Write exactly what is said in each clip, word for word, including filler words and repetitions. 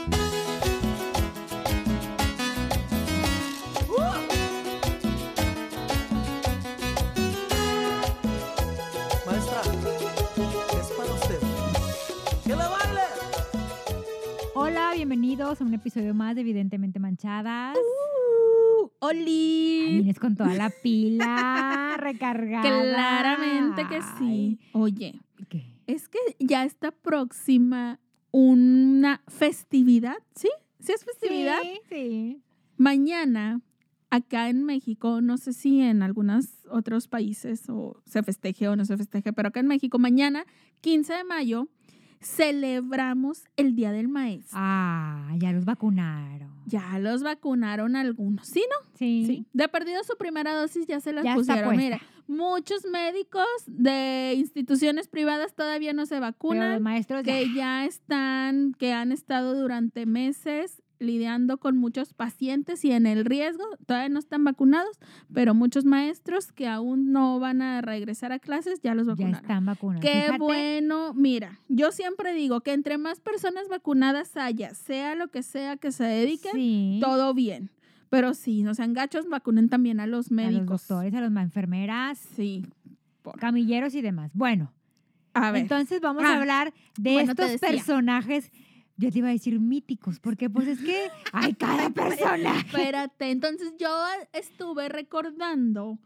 Maestra, es para usted. ¡Que la baile! Hola, bienvenidos a un episodio más de Evidentemente Manchadas. Uh, ¡Oli! Ay, vienes con toda la pila recargada. Claramente que sí. Ay, Oye, ¿qué? es que ya está próxima una festividad, ¿sí? ¿Sí es festividad? Sí, sí. Mañana, acá en México, no sé si en algunos otros países o se festeje o no se festeje, pero acá en México, mañana, quince de mayo, celebramos el Día del Maestro. Ah, ya los vacunaron. Ya los vacunaron algunos, ¿sí, no? Sí. Sí. De perdido su primera dosis ya se las Ya está pusieron. puesta. Mira, muchos médicos de instituciones privadas todavía no se Pero vacunan, los maestros que ya están, que han estado durante meses lidiando con muchos pacientes y en el riesgo, todavía no están vacunados, pero muchos maestros que aún no van a regresar a clases ya los ya vacunaron. están vacunados. Qué Fíjate, bueno. Mira, yo siempre digo que entre más personas vacunadas haya, sea lo que sea que se dediquen, sí, todo bien. Pero sí, no sean gachos, vacunen también a los a médicos. los doctores, a las ma- enfermeras, Sí. Por- camilleros y demás. Bueno, A ver. entonces vamos Ah, a hablar de bueno, te estos decía. personajes. Yo te iba a decir míticos, porque pues es que hay cada personaje. Espérate, entonces yo estuve recordando,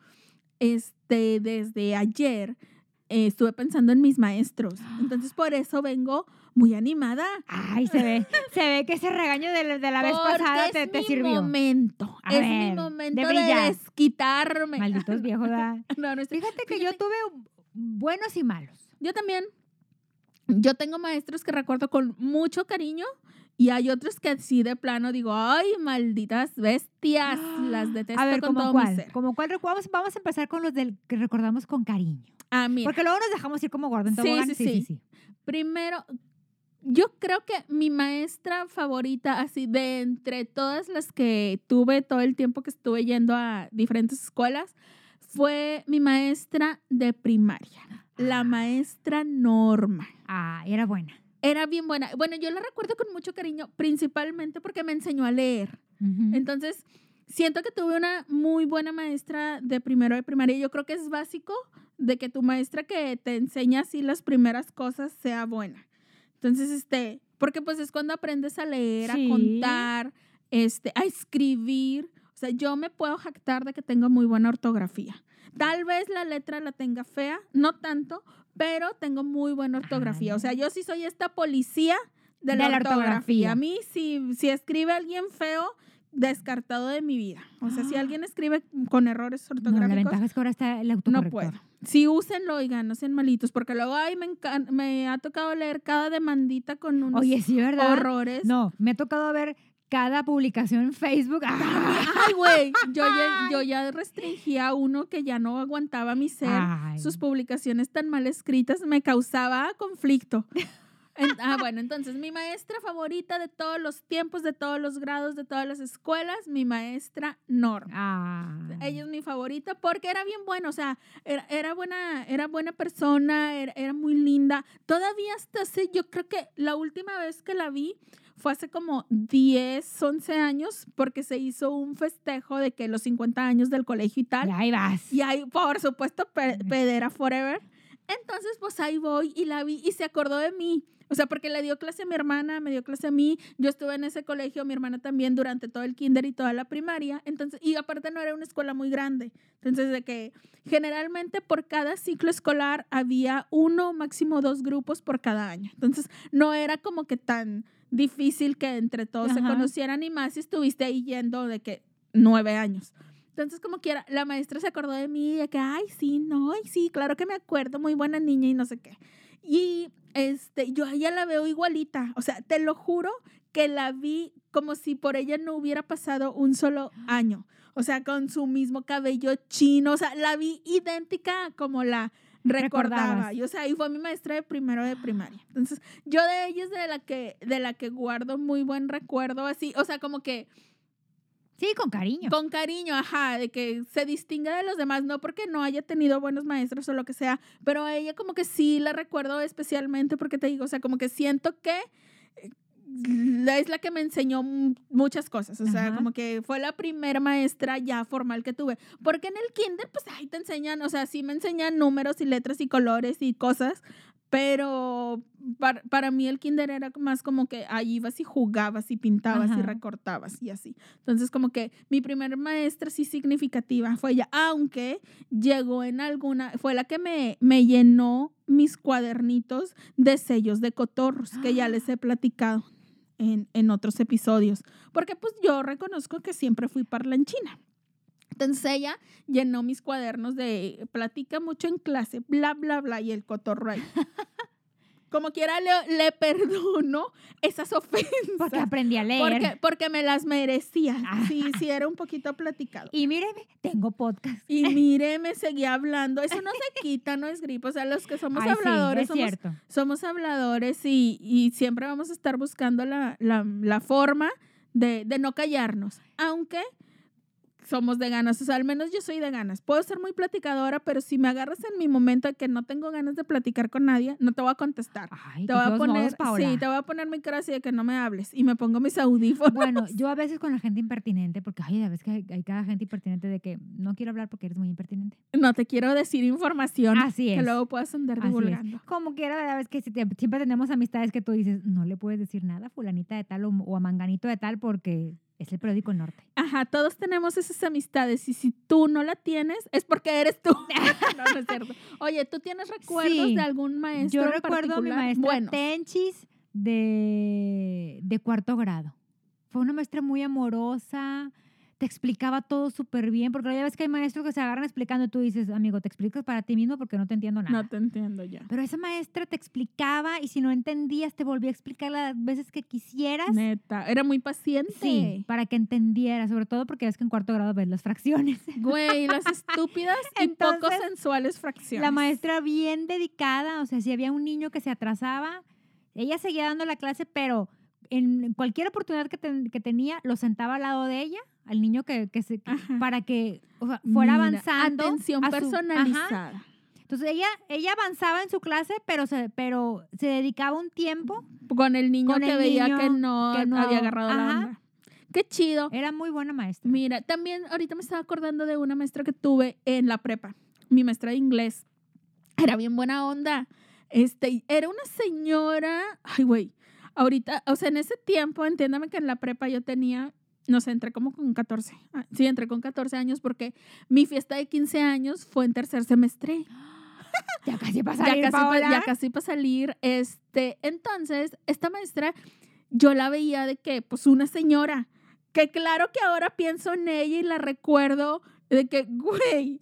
este, desde ayer, eh, estuve pensando en mis maestros. Entonces por eso vengo muy animada. Ay, se ve, se ve que ese regaño de, la- de la vez Porque pasada es te, te mi sirvió. momento. A es ver, mi momento de de, brillar. desquitarme. Malditos viejos, ¿verdad? No, no estoy- Fíjate que yo Fíjate. tuve buenos y malos. Yo también. Yo tengo maestros que recuerdo con mucho cariño y hay otros que sí de plano digo, ay, malditas bestias, las detesto A ver, con ¿cómo todo mi cuál? ser. ¿Cómo cuál? recu- Vamos, vamos a empezar con los del que recordamos con cariño. Ah, mira, Porque luego nos dejamos ir como gordo en Sí, tobogán. sí, sí, sí. sí. primero, yo creo que mi maestra favorita, así de entre todas las que tuve todo el tiempo que estuve yendo a diferentes escuelas, fue mi maestra de primaria, la maestra Norma. Ah, era buena. Era bien buena. Bueno, yo la recuerdo con mucho cariño, principalmente porque me enseñó a leer. Ujú. Entonces, siento que tuve una muy buena maestra de primero de primaria. Yo creo que es básico de que tu maestra que te enseña así las primeras cosas sea buena. Entonces, este, porque pues es cuando aprendes a leer, Sí. a contar, este, a escribir. O sea, yo me puedo jactar de que tengo muy buena ortografía. Tal vez la letra la tenga fea, no tanto, pero tengo muy buena ortografía. O sea, yo sí soy esta policía de la, De la ortografía. ortografía. A mí, si, si escribe alguien feo, descartado de mi vida. O sea, si alguien escribe con errores No, la ortográficos, ventaja es que ahora está el no autocorrector. puedo. Si úsenlo, oigan, no sean malitos, porque luego, ay, me, encan- me ha tocado leer cada demandita con unos Oye, sí, ¿verdad? horrores. No, me ha tocado ver cada publicación en Facebook. ¡Ah! Ay, güey, yo ya, yo ya restringí a uno que ya no aguantaba mi ser. Ay. Sus publicaciones tan mal escritas me causaba conflicto. En- ah, bueno, entonces mi maestra favorita de todos los tiempos, de todos los grados, de todas las escuelas, mi maestra Norma. Ah. Ella es mi favorita porque era bien buena, o sea, era, era buena, era buena persona, era, era muy linda. Todavía hasta hace, yo creo que la última vez que la vi fue hace como diez, once años, porque se hizo un festejo de que los cincuenta años del colegio y tal. Y ahí vas. Y ahí, por supuesto, pe- pedera forever. Entonces, pues ahí voy y la vi y se acordó de mí. O sea, porque le dio clase a mi hermana, me dio clase a mí. Yo estuve en ese colegio, mi hermana también, durante todo el kinder y toda la primaria. Entonces, y aparte no era una escuela muy grande. Entonces, de que generalmente por cada ciclo escolar había uno, máximo dos grupos por cada año. Entonces, no era como que tan difícil que entre todos se Ajá. conocieran y más si estuviste ahí yendo de que nueve años. Entonces, como quiera, la maestra se acordó de mí y de que, ay, sí, no, ay, sí, claro que me acuerdo, muy buena niña y no sé qué. Y este, yo a ella la veo igualita, o sea, te lo juro que la vi como si por ella no hubiera pasado un solo año. O sea, con su mismo cabello chino, o sea, la vi idéntica como la recordaba. Recordabas. Y, o sea, y fue mi maestra de primero de primaria. Entonces, yo de ella es de la que, de la que guardo muy buen recuerdo, así, o sea, como que Sí, con cariño. con cariño, ajá, de que se distinga de los demás, no porque no haya tenido buenos maestros o lo que sea, pero a ella como que sí la recuerdo especialmente porque te digo, o sea, como que siento que es la que me enseñó m- muchas cosas. O sea, Ajá. como que fue la primera maestra ya formal que tuve. Porque en el kinder, pues ahí te enseñan, o sea, sí me enseñan números y letras y colores y cosas. Pero para, para mí el kinder era más como que ahí ibas y jugabas y pintabas y Ajá. recortabas y así. Entonces como que mi primer maestra sí significativa fue ella, aunque llegó en alguna, fue la que me, me llenó mis cuadernitos de sellos de cotorros, que ya les he platicado en, en otros episodios. Porque pues yo reconozco que siempre fui parlanchina. Entonces ella llenó mis cuadernos de platica mucho en clase, bla, bla, bla, y el cotorro ahí. Como quiera le, le perdono esas ofensas. Porque aprendí a leer. Porque, porque me las merecía. Ah. Sí, sí, era un poquito platicado. Y míreme, tengo podcast. Y mire, me seguía hablando. Eso no se quita, no es gripe. O sea, los que somos Ay, sí, habladores, es somos, cierto. somos habladores y, y siempre vamos a estar buscando la, la, la forma de, de no callarnos. Aunque somos de ganas, o sea, al menos yo soy de ganas. Puedo ser muy platicadora, pero si me agarras en mi momento de que no tengo ganas de platicar con nadie, no te voy a contestar. Ay, Te qué voy a feos poner, modos, Paola. sí, te voy a poner mi cara así de que no me hables y me pongo mis audífonos. Bueno, yo a veces con la gente impertinente, porque ay, a veces que hay, hay cada gente impertinente de que no quiero hablar porque eres muy impertinente. No te quiero decir información Así que es. luego puedas andar Así divulgando. es. Como quiera, ¿verdad? Es que si te- siempre tenemos amistades que tú dices, no le puedes decir nada a fulanita de tal o, o a manganito de tal porque es el periódico El Norte. Ajá, todos tenemos esas amistades y si tú no la tienes es porque eres tú. No, no es cierto. Oye, ¿tú tienes recuerdos Sí. de algún maestro Yo en recuerdo a mi particular? maestra Bueno, Tenchis de, de cuarto grado. Fue una maestra muy amorosa, te explicaba todo súper bien, porque ya ves que hay maestros que se agarran explicando y tú dices, amigo, te explicas para ti mismo porque no te entiendo nada. no te entiendo ya. Pero esa maestra te explicaba y si no entendías te volvía a explicar las veces que quisieras. Neta, era muy paciente. Sí, para que entendieras, sobre todo porque ves que en cuarto grado ves las fracciones. Güey, las estúpidas y Entonces, poco sensuales fracciones. La maestra bien dedicada, o sea, si había un niño que se atrasaba, ella seguía dando la clase, pero en cualquier oportunidad que, ten- que tenía, lo sentaba al lado de ella, al niño que, que se, que- Ajá. para que o sea, fuera Mira, avanzando. Atención a su- personalizada. Ajá. Entonces ella, ella avanzaba en su clase, pero se, pero se dedicaba un tiempo. Con el niño Con que el veía niño que no, que no- había agarrado la ajá. onda. Qué chido. Era muy buena maestra. Mira, también ahorita me estaba acordando de una maestra que tuve en la prepa. Mi maestra de inglés. Era bien buena onda. Este, era una señora, ay, güey. Ahorita, o sea, en ese tiempo, entiéndame que en la prepa yo tenía, no sé, entré como con catorce. Ah, sí, entré con catorce años porque mi fiesta de quince años fue en tercer semestre. Ya casi para Ya salir, casi, pa- Paola. ya casi para salir. Este, entonces, esta maestra, yo la veía de que, pues, una señora, que claro que ahora pienso en ella y la recuerdo de que, güey,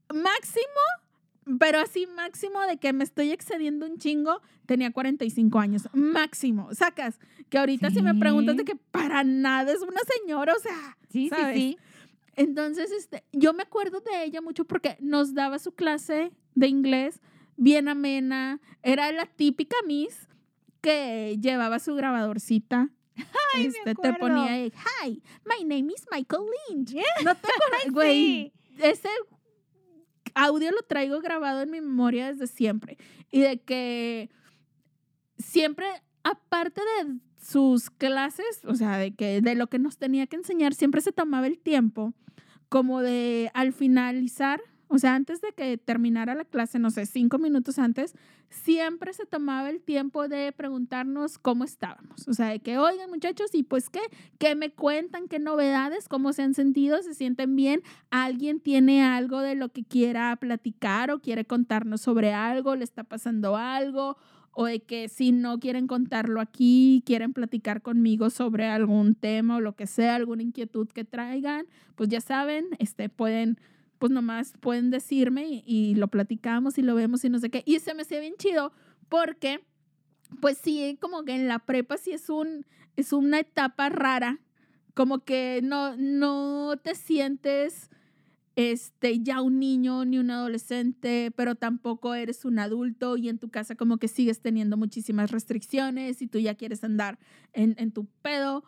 máximo, pero así máximo de que me estoy excediendo un chingo, tenía cuarenta y cinco años, máximo, sacas, que ahorita si me Sí. preguntas de que para nada es una señora, o sea, Sí, ¿sabes? sí, sí. Entonces, este, yo me acuerdo de ella mucho porque nos daba su clase de inglés bien amena. Era la típica Miss que llevaba su grabadorcita. Ay, me este, te acuerdo. ponía ahí, hi, my name is Michael Lynch. No te acuerdas, güey. Sí. Ese audio lo traigo grabado en mi memoria desde siempre. Y de que siempre, aparte de sus clases, o sea, de que de lo que nos tenía que enseñar, siempre se tomaba el tiempo como de al finalizar, o sea, antes de que terminara la clase, no sé, cinco minutos antes, siempre se tomaba el tiempo de preguntarnos cómo estábamos. O sea, de que, oigan muchachos, ¿y pues qué? ¿Qué me cuentan? ¿Qué novedades? ¿Cómo se han sentido? ¿Se sienten bien? ¿Alguien tiene algo de lo que quiera platicar o quiere contarnos sobre algo? ¿Le está pasando algo? O de que si no quieren contarlo aquí, quieren platicar conmigo sobre algún tema o lo que sea, alguna inquietud que traigan, pues ya saben, este, pueden, pues nomás pueden decirme y, y lo platicamos y lo vemos y no sé qué. Y se me hacía bien chido porque, pues sí, como que en la prepa sí es, un, es una etapa rara, como que no, no te sientes este, ya un niño ni un adolescente, pero tampoco eres un adulto y en tu casa como que sigues teniendo muchísimas restricciones y tú ya quieres andar en, en tu pedo.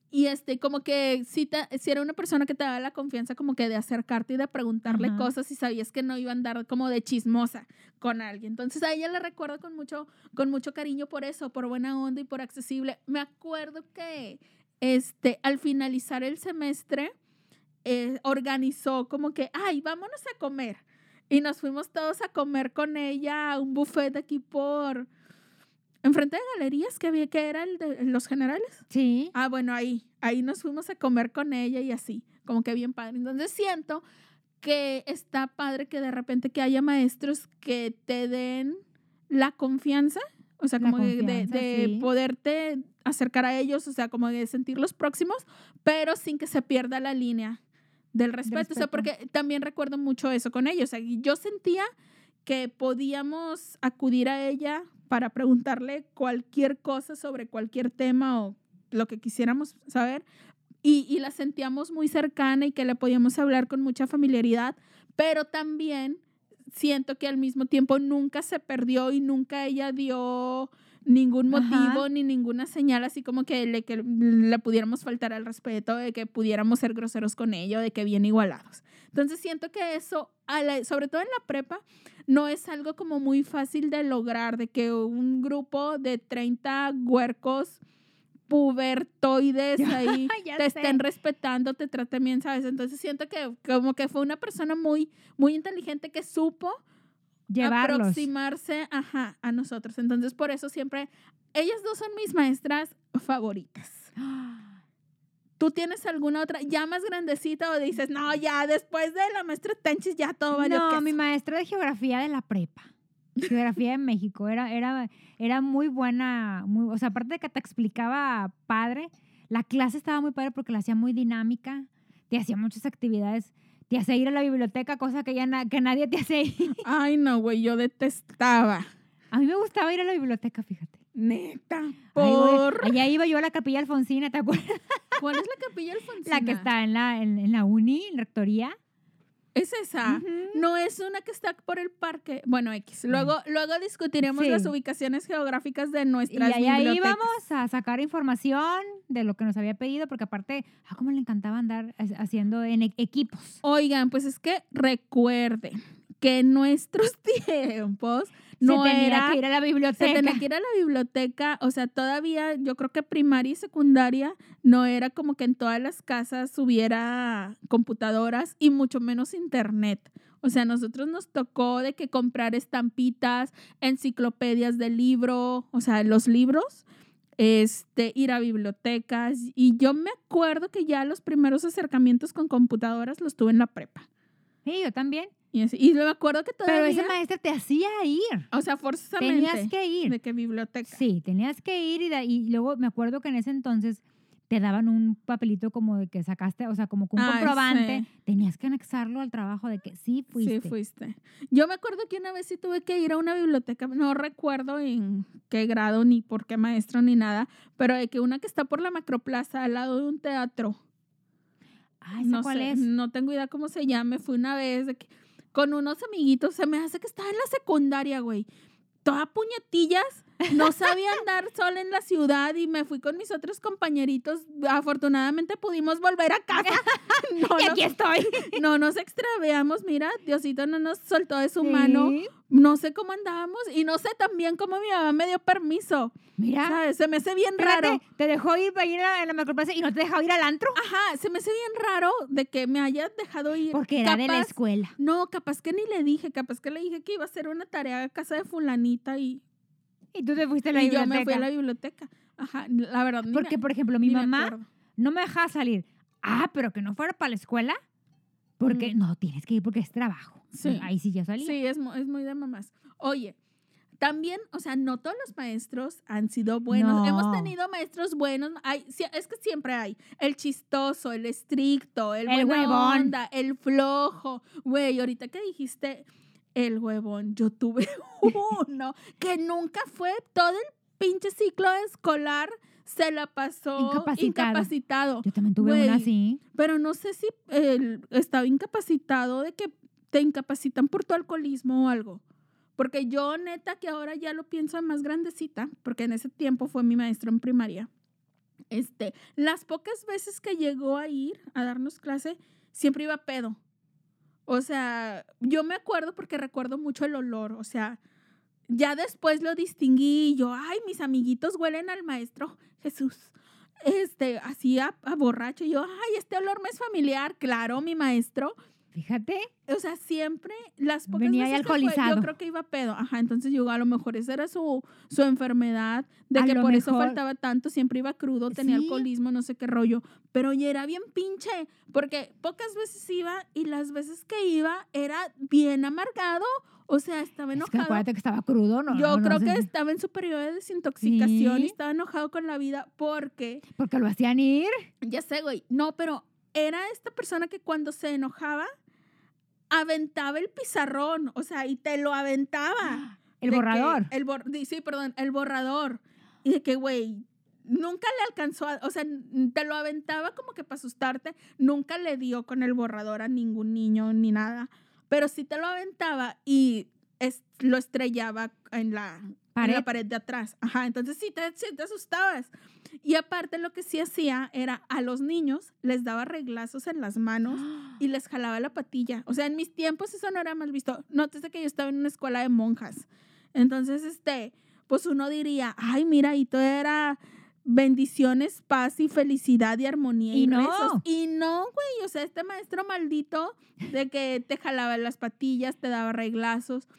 Y este, como que si, te, si era una persona que te daba la confianza como que de acercarte y de preguntarle Ajá. cosas y sabías que no iba a andar como de chismosa con alguien. Entonces a ella la recuerdo con mucho, con mucho cariño por eso, por buena onda y por accesible. Me acuerdo que este, al finalizar el semestre eh, organizó como que, ay, vámonos a comer. Y nos fuimos todos a comer con ella a un buffet aquí por... enfrente de galerías que había, que era el de los Generales. Sí. Ah, bueno, ahí, ahí nos fuimos a comer con ella y así, como que bien padre. Entonces siento que está padre que de repente que haya maestros que te den la confianza, o sea, La como de, de, confianza, de sí. poderte acercar a ellos, o sea, como de sentirlos próximos, pero sin que se pierda la línea del respeto. O sea, respeto. porque también recuerdo mucho eso con ellos. O sea, yo sentía que podíamos acudir a ella para preguntarle cualquier cosa sobre cualquier tema o lo que quisiéramos saber y, y la sentíamos muy cercana y que le podíamos hablar con mucha familiaridad, pero también siento que al mismo tiempo nunca se perdió y nunca ella dio ningún motivo Ajá. ni ninguna señal así como que le, que le pudiéramos faltar al respeto, de que pudiéramos ser groseros con ella, de que bien igualados. Entonces siento que eso, a la, sobre todo en la prepa, no es algo como muy fácil de lograr, de que un grupo de treinta huercos pubertoides ahí Ya te sé. estén respetando, te traten bien, ¿sabes? Entonces siento que como que fue una persona muy, muy inteligente que supo Llevarlos. aproximarse, ajá, a nosotros. Entonces por eso siempre, ellas dos son mis maestras favoritas. ¿Tú tienes alguna otra ya más grandecita o dices, no, ya después de la maestra Tenchis ya todo valió No, queso? mi maestra de geografía de la prepa. Geografía de México. Era, era, era muy buena. Muy, o sea, aparte de que te explicaba padre, la clase estaba muy padre porque la hacía muy dinámica. Te hacía muchas actividades. Te hacía ir a la biblioteca, cosa que ya na- que nadie te hace ir. Ay, no, güey, yo detestaba. A mí me gustaba ir a la biblioteca, fíjate. Neta, Ahí por... voy- allá iba yo a la Capilla Alfonsina, ¿te acuerdas? ¿Cuál es la Capilla Alfonsina? La que está en la, en, en la uni, en rectoría. ¿Es esa? Ujú. No es una que está por el parque. Bueno, X. Luego, luego discutiremos Sí. las ubicaciones geográficas de Y nuestras ahí, ahí bibliotecas. íbamos a sacar información de lo que nos había pedido, porque aparte, ah, cómo le encantaba andar ha- haciendo en e- equipos. Oigan, pues es que recuerden que en nuestros tiempos no se tenía era... que ir a la Se biblioteca. tenía que ir a la biblioteca, o sea, todavía yo creo que primaria y secundaria no era como que en todas las casas hubiera computadoras y mucho menos internet. O sea, a nosotros nos tocó de que comprar estampitas, enciclopedias de libro, o sea, los libros, este, ir a bibliotecas. Y yo me acuerdo que ya los primeros acercamientos con computadoras los tuve en la prepa. Sí, yo también. Y, así- y me acuerdo que todavía... Pero esa maestra te hacía ir. o sea, forzosamente. Tenías que ir. ¿De qué biblioteca? Sí, tenías que ir y, de- y luego me acuerdo que en ese entonces te daban un papelito como de que sacaste, o sea, como con un Ay, comprobante. sí. Tenías que anexarlo al trabajo de que sí fuiste. Sí, fuiste. Yo me acuerdo que una vez sí tuve que ir a una biblioteca, no recuerdo en qué grado, ni por qué maestro, ni nada, pero de que una que está por la Macroplaza, al lado de un teatro. Ah, ¿esa No cuál sé, es? no tengo idea cómo se llame. Fui una vez de que, con unos amiguitos, se me hace que estaba en la secundaria, güey. Toda puñetillas, no sabía andar sola en la ciudad y me fui con mis otros compañeritos. Afortunadamente pudimos volver a casa. No, Y nos- aquí estoy. no nos extraviamos, mira, Diosito no nos soltó de su Sí. mano. No sé cómo andábamos y no sé también cómo mi mamá me dio permiso. Mira, ¿Sabes? Se me hace bien fíjate, raro. te dejó ir para ir a la macroplaza y no te dejó ir al antro Ajá, se me hace bien raro de que me haya dejado ir. porque era de la Capaz- escuela. No, capaz que ni le dije, capaz que le dije que iba a hacer una tarea a casa de fulanita y, Y tú te fuiste a la y yo biblioteca. me fui a la biblioteca. Ajá, la verdad, ni Porque, me, por ejemplo, mi ni me mamá acuerdo. no me dejaba salir. Ah, pero que no fuera para la escuela. Porque Mm. no, tienes que ir porque es trabajo. Sí. Ahí sí ya salía. Sí, es, mu- es muy de mamás. Oye, también, o sea, no todos los maestros han sido buenos. No. Hemos tenido maestros buenos. Hay, sí, es que siempre hay el chistoso, el estricto, el, El buena huevón. onda, el flojo. Güey, ahorita que dijiste el huevón, yo tuve uno que nunca fue todo el pinche ciclo escolar. Se la pasó Incapacitado. incapacitado. Yo también tuve Güey, una así. Pero no sé si él estaba incapacitado de que te incapacitan por tu alcoholismo o algo. Porque yo, neta, que ahora ya lo pienso más grandecita, porque en ese tiempo fue mi maestro en primaria. Este, las pocas veces que llegó a ir a darnos clase, siempre iba pedo. O sea, yo me acuerdo porque recuerdo mucho el olor. O sea, ya después lo distinguí y yo, ay, mis amiguitos huelen al maestro Jesús. Este, así a, a borracho. Y yo, ay, este olor me es familiar. Claro, mi maestro. Fíjate. O sea, siempre las pocas Venía veces ahí que fue, alcoholizado. yo creo que iba pedo. Ajá, entonces yo, a lo mejor esa era su, su enfermedad, de A que lo por eso mejor. faltaba tanto, siempre iba crudo, tenía Sí. alcoholismo, no sé qué rollo. Pero ya era bien pinche, porque pocas veces iba y las veces que iba era bien amargado. O sea, estaba Es que enojado. acuérdate que estaba crudo, ¿no? Yo no, creo no que sé, estaba en su periodo de desintoxicación Sí. y estaba enojado con la vida porque, porque lo hacían ir. ya sé, güey, no, pero era esta persona que cuando se enojaba, aventaba el pizarrón, o sea, y te lo aventaba. El De que- borrador. el bor di- sí, perdón, el borrador. Y de que, güey, nunca le alcanzó, a- o sea, n- te lo aventaba como que para asustarte, nunca le dio con el borrador a ningún niño ni nada, pero sí te lo aventaba y es- lo estrellaba en la, en Pared. la pared de atrás. Ajá, entonces sí te, sí te asustabas. Y aparte lo que sí hacía era a los niños les daba reglazos en las manos y les jalaba la patilla. O sea, en mis tiempos eso no era mal visto. Nótese que yo estaba en una escuela de monjas. Entonces, este, pues uno diría, ay, mira, y todo era bendiciones, paz y felicidad y armonía y, Y no. rezos. Y no, güey, o sea, este maestro maldito de que te jalaba las patillas, te daba reglazos.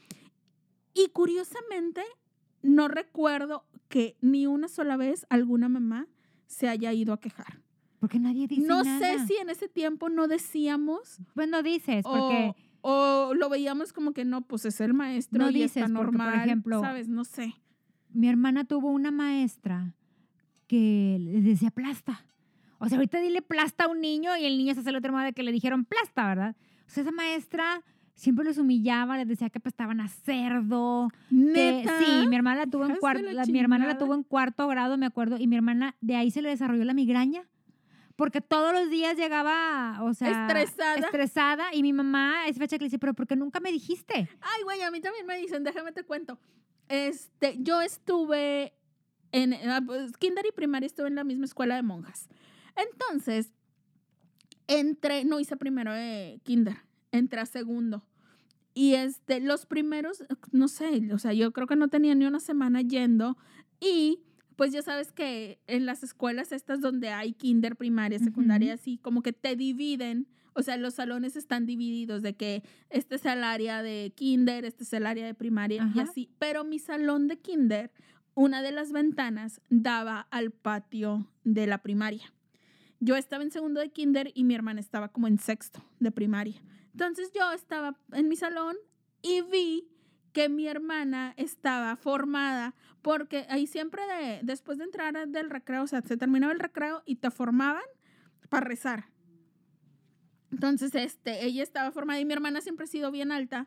Y curiosamente, no recuerdo que ni una sola vez alguna mamá se haya ido a quejar. Porque nadie dice No nada. sé si en ese tiempo no decíamos Pues no dices, porque o, o lo veíamos como que no, pues es el maestro No y dices, está porque, por normal, ejemplo, ¿sabes? No sé. mi hermana tuvo una maestra que le decía plasta. O sea, ahorita dile plasta a un niño y el niño se hace la otra moda de que le dijeron plasta, ¿verdad? O sea, esa maestra siempre los humillaba, les decía que apestaban a cerdo. Que, ¿Neta? sí, mi hermana la tuvo en Hijas de cuarto, la la- mi hermana la chingada. tuvo en cuarto grado, me acuerdo, y mi hermana de ahí se le desarrolló la migraña. Porque todos los días llegaba, o sea, Estresada. estresada, y mi mamá es fecha que le dice, pero ¿por qué nunca me dijiste? Ay, güey, a mí también me dicen, déjame te cuento. Este, yo estuve en ah, pues, kinder y primaria, estuve en la misma escuela de monjas. Entonces, entré, no hice primero de kinder, entré a segundo. Y este, los primeros, no sé, o sea, yo creo que no tenía ni una semana yendo. Y pues ya sabes que en las escuelas estas donde hay kinder, primaria, secundaria, Ujú. así como que te dividen. O sea, los salones están divididos de que este es el área de kinder, este es el área de primaria y Ajá. así. Pero mi salón de kinder, una de las ventanas daba al patio de la primaria. Yo estaba en segundo de kinder y mi hermana estaba como en sexto de primaria. Entonces yo estaba en mi salón y vi que mi hermana estaba formada porque ahí siempre de, después de entrar del recreo, o sea, se terminaba el recreo y te formaban para rezar. Entonces, este, ella estaba formada y mi hermana siempre ha sido bien alta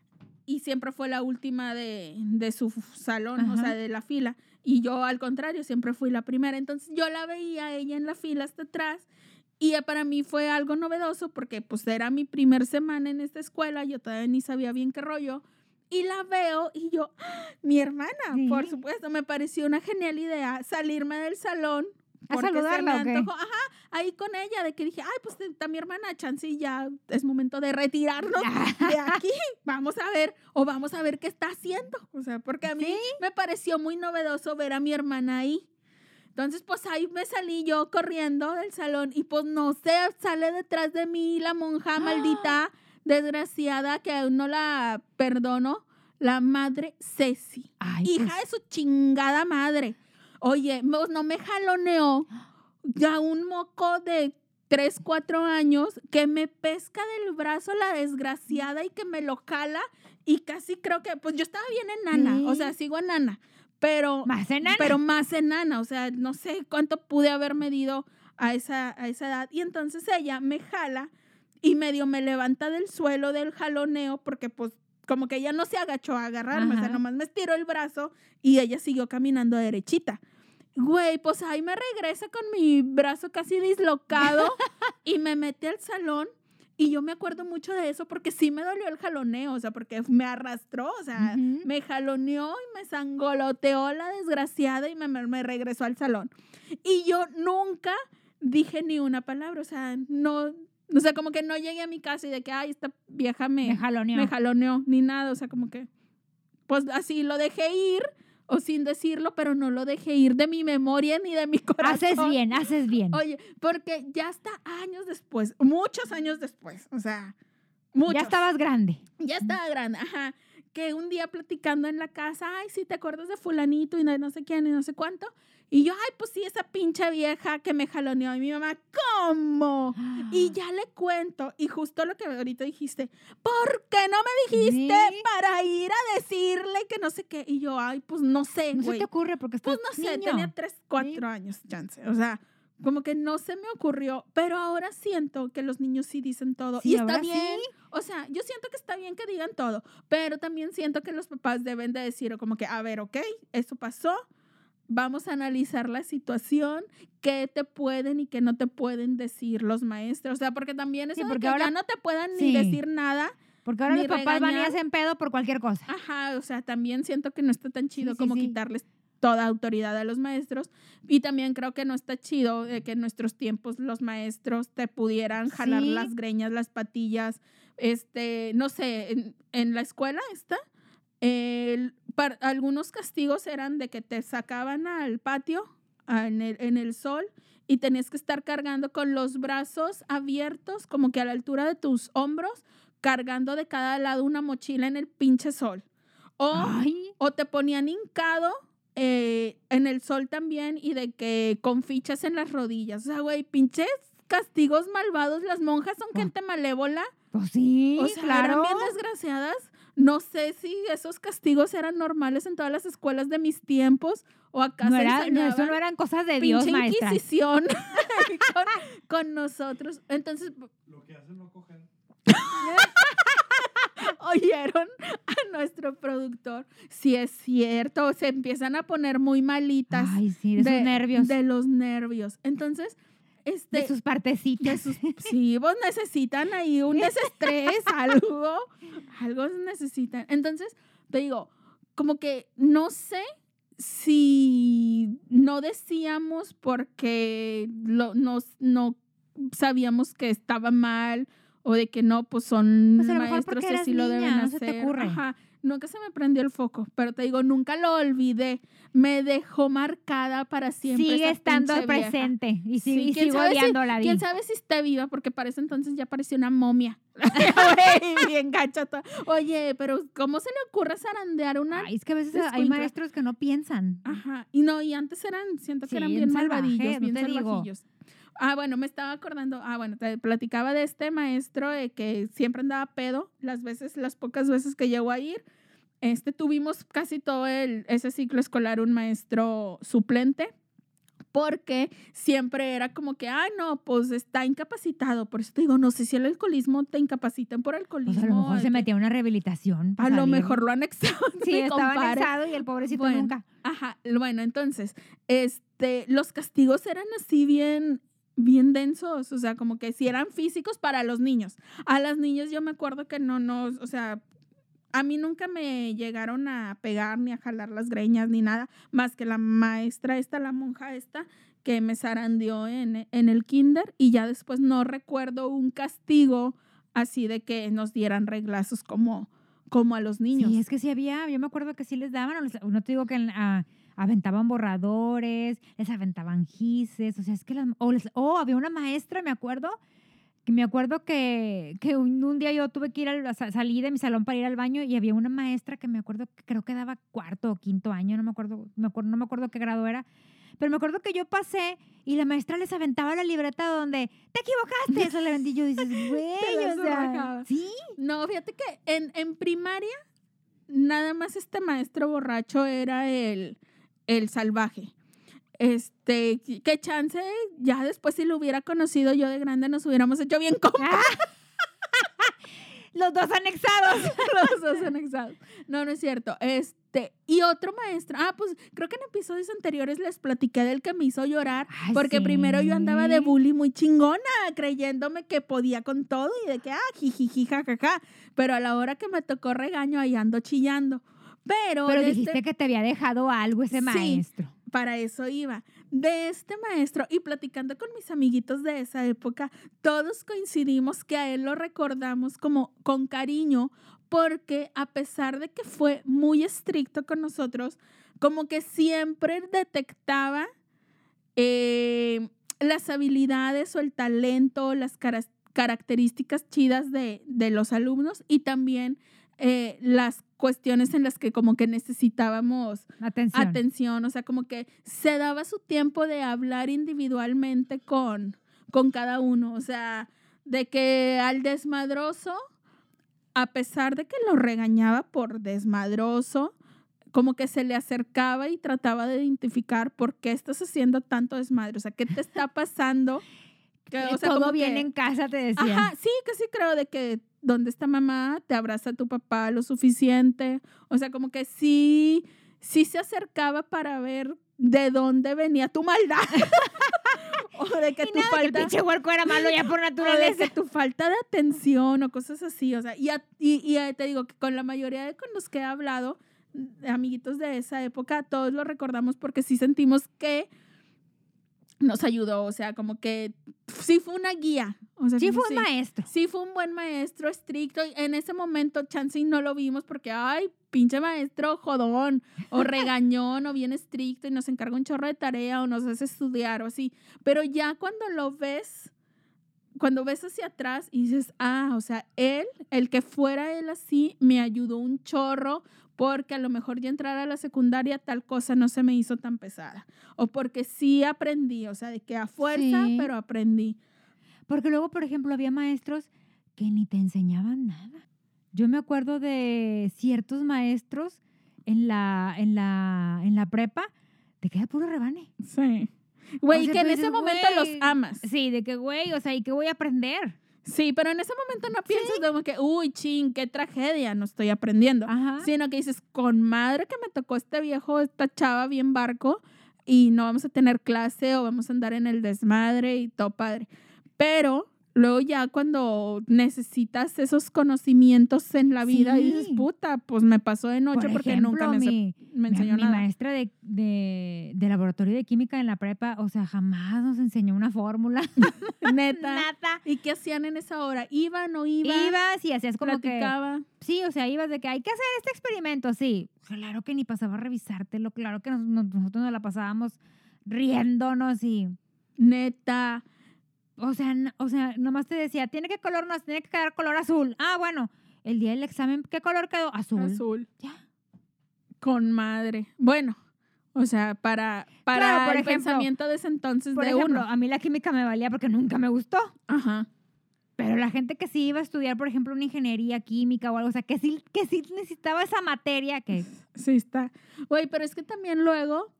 y siempre fue la última de, de su salón, Ajá. o sea, de la fila. Y yo, al contrario, siempre fui la primera. Entonces, yo la veía a ella en la fila hasta atrás y para mí fue algo novedoso porque pues era mi primer semana en esta escuela, yo todavía ni sabía bien qué rollo. Y la veo y yo, ¡ah! Mi hermana, Sí. por supuesto, me pareció una genial idea salirme del salón. ¿A porque se me saludarla o qué? antojó. Ajá, ahí con ella, de que dije, ay, pues está mi hermana, chance y ya es momento de retirarnos de aquí. Vamos a ver, o vamos a ver qué está haciendo. O sea, porque a mí ¿Sí? me pareció muy novedoso ver a mi hermana ahí. Entonces, pues ahí me salí yo corriendo del salón y pues no sé, sale detrás de mí la monja maldita, desgraciada, que aún no la perdono, la madre Ceci. Ay, Hija pues, de su chingada madre. Oye, no no me jaloneó ya un moco de tres, cuatro años que me pesca del brazo la desgraciada y que me lo jala y casi creo que, pues yo estaba bien enana, Sí. o sea, sigo enana, pero más enana. pero más enana, o sea, no sé cuánto pude haber medido a esa, a esa edad. Y entonces ella me jala y medio me levanta del suelo del jaloneo porque pues como que ella no se agachó a agarrarme, o sea, Ajá. nomás me estiró el brazo y ella siguió caminando derechita. Güey, pues ahí me regresa con mi brazo casi dislocado y me mete al salón Y yo me acuerdo mucho de eso porque sí me dolió el jaloneo, o sea, porque me arrastró, o sea, Ujú. me jaloneó y me sangoloteó la desgraciada y me, me, me regresó al salón. Y yo nunca dije ni una palabra, o sea, no, o sea, como que no llegué a mi casa y de que, ay, esta vieja me, Me jaloneó. me jaloneó, ni nada, o sea, como que, pues así lo dejé ir, o sin decirlo, pero no lo dejé ir de mi memoria ni de mi corazón. Haces bien, haces bien. Oye, porque ya hasta años después, muchos años después, o sea, muchos. Ya estabas grande. Ya estaba grande, ajá. Que un día platicando en la casa, ay, sí, ¿te acuerdas de fulanito y de no sé quién y no sé cuánto? Y yo, ay, pues sí, esa pinche vieja que me jaloneó. Y mi mamá, ¿cómo? Y ya le cuento. Y justo lo que ahorita dijiste, ¿por qué no me dijiste ¿Sí? para ir a decirle que no sé qué? Y yo, ay, pues no sé, No se güey. te ocurre porque estás Pues no sé, niño. tenía tres, cuatro años, chance. O sea, como que no se me ocurrió. Pero ahora siento que los niños sí dicen todo. Sí, y está ahora bien. sí. O sea, yo siento que está bien que digan todo. Pero también siento que los papás deben de decir como que, a ver, ok, eso pasó. Vamos a analizar la situación, qué te pueden y qué no te pueden decir los maestros. O sea, porque también eso Sí, de porque que ahora- ya no te puedan sí. ni decir nada. Porque ahora ni los papás van y regañar. hacen pedo por cualquier cosa. Ajá, o sea, también siento que no está tan chido Sí, sí, como sí. quitarles toda autoridad a los maestros. Y también creo que no está chido de que en nuestros tiempos los maestros te pudieran jalar Sí. las greñas, las patillas. Este, no sé, en, en la escuela está, el- par- algunos castigos eran de que te sacaban al patio a- en el, en el sol y tenías que estar cargando con los brazos abiertos, como que a la altura de tus hombros, cargando de cada lado una mochila en el pinche sol. O, Ay, o te ponían hincado eh, en el sol también y de que con fichas en las rodillas. O sea, güey, pinches castigos malvados. Las monjas son Oh. gente malévola. pues sí, O sea, claro. eran bien desgraciadas. No sé si esos castigos eran normales en todas las escuelas de mis tiempos o acá No, se era- no, enseñaban. eso no eran cosas de Dios, Pinche maestra. inquisición con, con nosotros. Entonces, Lo que hacen no coger. oyeron a nuestro productor. Si es cierto, se empiezan a poner muy malitas. Ay, sí, de, sus nervios. De los nervios. Entonces, este... de sus partecitas. de sus- sí, vos necesitan ahí un desestrés, algo, algo necesitan. Entonces, te digo, como que no sé si no decíamos porque lo, nos, no sabíamos que estaba mal o de que no, pues son Pues a lo mejor maestros porque y eras así lo deben niña, no hacer. se te ocurre. Ajá. Nunca se me prendió el foco, pero te digo, nunca lo olvidé. Me dejó marcada para siempre. Sigue esa estando pinche vieja. presente. Y, Sí, sí, y ¿quién sigo sabe si- odiándola. ¿Quién di. sabe si está viva? Porque para ese entonces ya parecía una momia. Güey, bien gachota. Oye, pero ¿cómo se le ocurre zarandear una? Ay, es que a veces hay escuincla. maestros que no piensan. Ajá. Y no, y antes eran, siento que Sí, eran bien bien salvajes, malvadillos, no bien te digo. salvajillos. Ah, bueno, me estaba acordando, ah, bueno, te platicaba de este maestro eh, que siempre andaba pedo, las veces, las pocas veces que llegó a ir. Este, tuvimos casi todo el, ese ciclo escolar un maestro suplente, porque siempre era como que, ay, no, pues está incapacitado. Por eso te digo, no sé si el alcoholismo te incapacitan por alcoholismo. Pues a lo mejor de se que metía a una rehabilitación. a para lo salir. mejor lo anexaron. Sí, mi estaba compadre. anexado y el pobrecito Bueno. nunca. Ajá, bueno, entonces, este, los castigos eran así bien, bien densos, o sea, como que si eran físicos para los niños. A las niñas yo me acuerdo que no nos, o sea, a mí nunca me llegaron a pegar ni a jalar las greñas ni nada, más que la maestra esta, la monja esta, que me zarandeó en, en el kinder y ya después no recuerdo un castigo así de que nos dieran reglazos como, como a los niños. Sí, es que sí había, yo me acuerdo que sí les daban, o les- no te digo que ah, aventaban borradores, les aventaban gises, o sea, es que las, o, les- o había una maestra, me acuerdo, que me acuerdo que, que un, un día yo tuve que ir al, sa- salí de mi salón para ir al baño y había una maestra que me acuerdo que creo que daba cuarto o quinto año, no me acuerdo, me acuerdo, no me acuerdo qué grado era, pero me acuerdo que yo pasé y la maestra les aventaba la libreta donde te equivocaste, eso le vendí yo, dices, güey, las o sea, arrojaba. sí. No, fíjate que en, en primaria nada más este maestro borracho era el, el salvaje. Este, qué chance, ya después si lo hubiera conocido yo de grande nos hubiéramos hecho bien compas. Los dos anexados. Los dos anexados. No, no es cierto. Este, y otro maestro. Ah, pues creo que en episodios anteriores les platiqué del que me hizo llorar. Ay, porque sí. primero yo andaba de bully muy chingona, creyéndome que podía con todo y de que, ah, jijiji, jajaja. Pero a la hora que me tocó regaño, ahí ando chillando. Pero, Pero de dijiste este- que te había dejado algo ese Sí. maestro. para eso iba. De este maestro y platicando con mis amiguitos de esa época, todos coincidimos que a él lo recordamos como con cariño porque a pesar de que fue muy estricto con nosotros, como que siempre detectaba eh, las habilidades o el talento, las cara- características chidas de, de los alumnos y también eh, las cuestiones en las que como que necesitábamos Atención. atención, o sea, como que se daba su tiempo de hablar individualmente con, con cada uno, o sea, de que al desmadroso, a pesar de que lo regañaba por desmadroso, como que se le acercaba y trataba de identificar por qué estás haciendo tanto desmadre, o sea, qué te está pasando. Que, o sea, Todo como bien que- en casa, te decía. Ajá, sí, que sí creo de que donde está mamá, te abraza tu papá lo suficiente. O sea, como que sí, sí se acercaba para ver de dónde venía tu maldad. O de que Y tu nada, que el falta... pinche huerco era malo ya por o de naturaleza. que tu falta de atención o cosas así. O sea, y, a- y, y, eh, te digo que con la mayoría de con los que he hablado, de amiguitos de esa época, todos lo recordamos porque sí sentimos que nos ayudó. O sea, como que sí fue una guía. O sea, Sí como fue un maestro. Sí, fue un buen maestro, estricto. Y en ese momento, chance y no lo vimos porque, ay, pinche maestro jodón, o regañón, o bien estricto, y nos encarga un chorro de tarea, o nos hace estudiar, o así. Pero ya cuando lo ves, cuando ves hacia atrás y dices, ah, o sea, él, el que fuera él así, me ayudó un chorro, porque a lo mejor ya entrar a la secundaria tal cosa no se me hizo tan pesada. O porque sí aprendí, o sea, de que a fuerza, Sí. pero aprendí. Porque luego, por ejemplo, había maestros que ni te enseñaban nada. Yo me acuerdo de ciertos maestros en la, en la, en la prepa de que era puro rebane. Sí. Güey, O y sea, que en tú ese dices, momento güey, los amas. Sí, de que, güey, o sea, ¿y qué voy a aprender? Sí, pero en ese momento no piensas como que, uy, ching, qué tragedia, no estoy aprendiendo. Ajá. Sino que dices, con madre que me tocó este viejo, esta chava bien barco, y no vamos a tener clase o vamos a andar en el desmadre y todo padre. Pero luego ya cuando necesitas esos conocimientos en la vida Sí. y dices, puta, pues me pasó de noche Por porque ejemplo, nunca me, mi, me mi- enseñó mi nada. maestra de, de, de laboratorio de química en la prepa, o sea, jamás nos enseñó una fórmula. Neta. Nada. ¿Y qué hacían en esa hora? ¿Iban o iban? Ibas y hacías como que... platicaba. Sí, o sea, ibas de que hay que hacer este experimento, sí. Claro que ni pasaba a revisártelo, claro que nos- nos- nosotros nos la pasábamos riéndonos y... Neta. O sea, n- o sea, nomás te decía, tiene que color, nos tiene que quedar color azul. Ah, bueno, el día del examen, ¿qué color quedó? Azul. Azul. Ya. Con madre. Bueno, o sea, para, para Claro, por el ejemplo, pensamiento de ese entonces Por de ejemplo, uno. a mí la química me valía porque nunca me gustó. Ajá. Pero la gente que sí iba a estudiar, por ejemplo, una ingeniería química o algo, o sea, que sí, que sí necesitaba esa materia, que Sí está. Güey, pero es que también luego,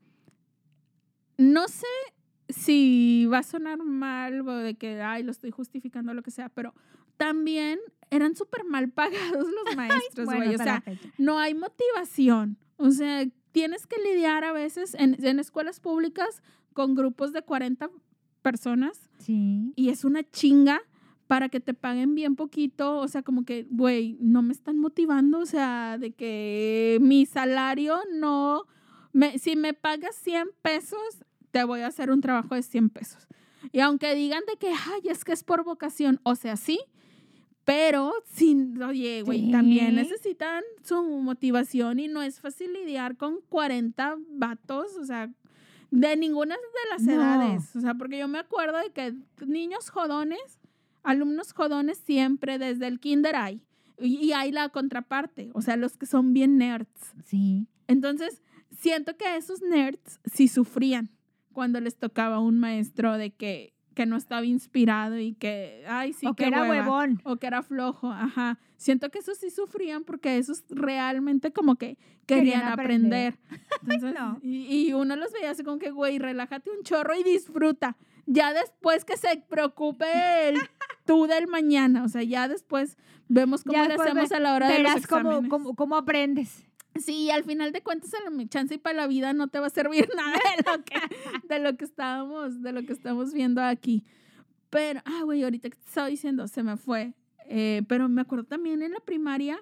no sé si va a sonar mal o de que, ay, lo estoy justificando o lo que sea, pero también eran súper mal pagados los maestros, bueno, güey. O hasta la sea, fecha. no hay motivación. O sea, tienes que lidiar a veces en, en escuelas públicas con grupos de cuarenta personas Sí. y es una chinga para que te paguen bien poquito. O sea, como que, güey, no me están motivando. O sea, de que mi salario no... Me, si me pagas cien pesos, te voy a hacer un trabajo de cien pesos. Y aunque digan de que, ay, es que es por vocación, o sea, sí, pero, sin, oye, güey, Sí. también necesitan su motivación y no es fácil lidiar con cuarenta vatos, o sea, de ninguna de las No. edades. O sea, porque yo me acuerdo de que niños jodones, alumnos jodones siempre, desde el kinder hay. Y, y hay la contraparte, o sea, los que son bien nerds. Sí. Entonces, siento que esos nerds sí sufrían cuando les tocaba un maestro de que, que no estaba inspirado y que, ay, sí, o que qué era hueva. huevón. O que era flojo, ajá. Siento que esos sí sufrían porque esos realmente como que querían, Querían aprender. aprender. Entonces, no. y, y uno los veía así como que, güey, relájate un chorro y disfruta. Ya después que se preocupe el tú del mañana. O sea, ya después vemos cómo Ya le después hacemos ve- a la hora de los verás cómo, exámenes. cómo, cómo aprendes. Sí, al final de cuentas, a la chance y para la vida no te va a servir nada de lo que, de lo que estábamos, de lo que estamos viendo aquí. Pero, ah, güey, ahorita que te estaba diciendo, se me fue. Eh, pero me acuerdo también en la primaria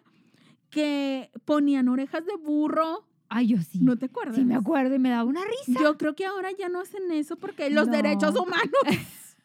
que ponían orejas de burro. Ay, yo sí. ¿No te acuerdas? Sí, me acuerdo y me daba una risa. Yo creo que ahora ya no hacen eso porque los No. derechos humanos.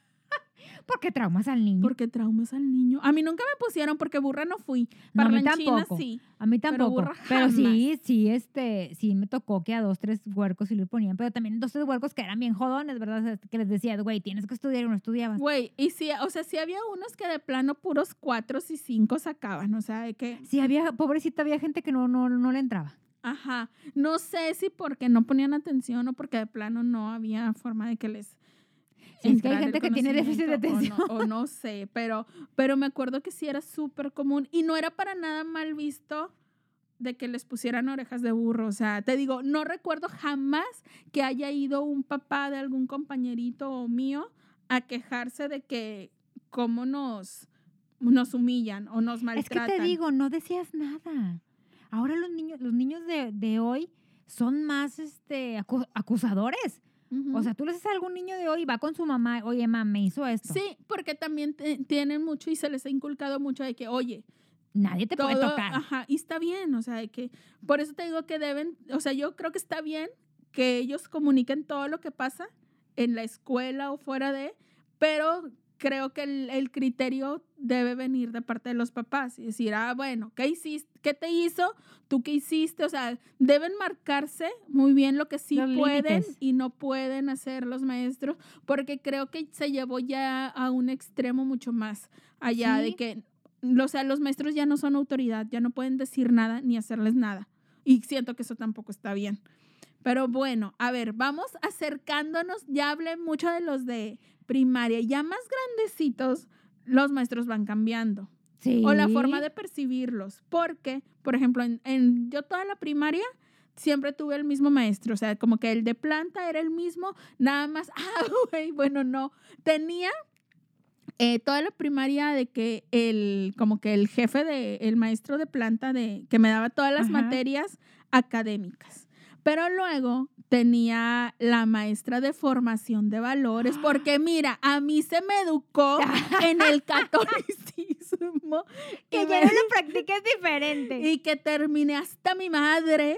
Porque traumas al niño. Porque traumas al niño. A mí nunca me pusieron porque burra no fui. No, a mí Parlanchina tampoco. sí. A mí Pero tampoco. burra Pero, jamás. sí, sí, este, sí me tocó que a dos, tres huercos sí lo ponían. Pero también dos, tres huercos que eran bien jodones, ¿verdad? O sea, que les decías, güey, tienes que estudiar y no estudiabas. Güey, y sí, o sea, sí había unos que de plano puros cuatro y cinco sacaban. O sea, de que, Sí, había, pobrecita, había gente que no, no, no le entraba. ajá. No sé si porque no ponían atención o porque de plano no había forma de que les. Sí, es que hay entrara el gente que tiene déficit de conocimiento, atención. O no, o no sé, pero, pero me acuerdo que sí era súper común y no era para nada mal visto de que les pusieran orejas de burro. O sea, te digo, no recuerdo jamás que haya ido un papá de algún compañerito o mío a quejarse de que cómo nos, nos humillan o nos Es que maltratan. te digo, no decías nada. Ahora los niños, los niños de, de hoy son más este, acu- acusadores. Ujú. O sea, tú le dices a algún niño de hoy, va con su mamá, oye, mamá, me hizo esto. Sí, porque también te- tienen mucho y se les ha inculcado mucho de que, oye, Nadie te puede todo, tocar. ajá, y está bien, o sea, de que, por eso te digo que deben, o sea, yo creo que está bien que ellos comuniquen todo lo que pasa en la escuela o fuera de, pero creo que el, el criterio debe venir de parte de los papás y decir, ah, bueno, ¿qué hiciste? ¿Qué te hizo? ¿Tú qué hiciste? O sea, deben marcarse muy bien lo que sí Los pueden límites. y no pueden hacer los maestros, porque creo que se llevó ya a un extremo mucho más allá Sí. de que, o sea, los maestros ya no son autoridad, ya no pueden decir nada ni hacerles nada. Y siento que eso tampoco está bien. Pero bueno, a ver, vamos acercándonos. Ya hablé mucho de los de primaria. Ya más grandecitos, los maestros van cambiando. Sí. O la forma de percibirlos. Porque, por ejemplo, en, en yo toda la primaria siempre tuve el mismo maestro. O sea, como que el de planta era el mismo. Nada más, ah, güey, bueno, no. Tenía eh, toda la primaria de que el, como que el jefe de, el maestro de planta de, que me daba todas las Ajá. materias académicas. Pero luego tenía la maestra de formación de valores, porque mira, a mí se me educó en el catolicismo Que y, ya me- no lo practiques diferente. y que terminé hasta mi madre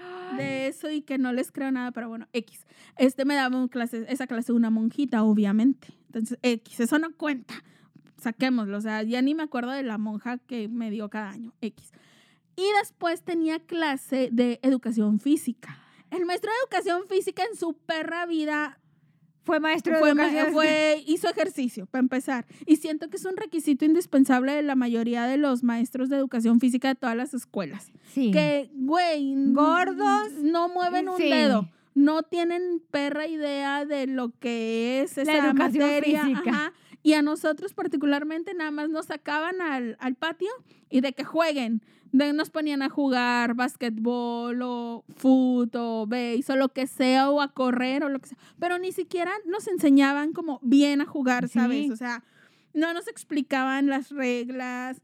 de eso y que no les creo nada, pero bueno, X. Este me daba un clase, esa clase una monjita, obviamente. Entonces, X, eso no cuenta. Saquémoslo, o sea, ya ni me acuerdo de la monja que me dio cada año, X. Y después tenía clase de educación física. El maestro de educación física en su perra vida Fue maestro de fue, ma- educación. fue- hizo ejercicio, para empezar. Y siento que es un requisito indispensable de la mayoría de los maestros de educación física de todas las escuelas. Sí. Que, güey, n- Gordos. no mueven un Sí. dedo. No tienen perra idea de lo que es esa La educación materia. física. Ajá. Y a nosotros particularmente nada más nos sacaban al, al patio y de que jueguen. De, nos ponían a jugar básquetbol o fútbol o béis o lo que sea o a correr o lo que sea. Pero ni siquiera nos enseñaban como bien a jugar, Sí. ¿sabes? O sea, no nos explicaban las reglas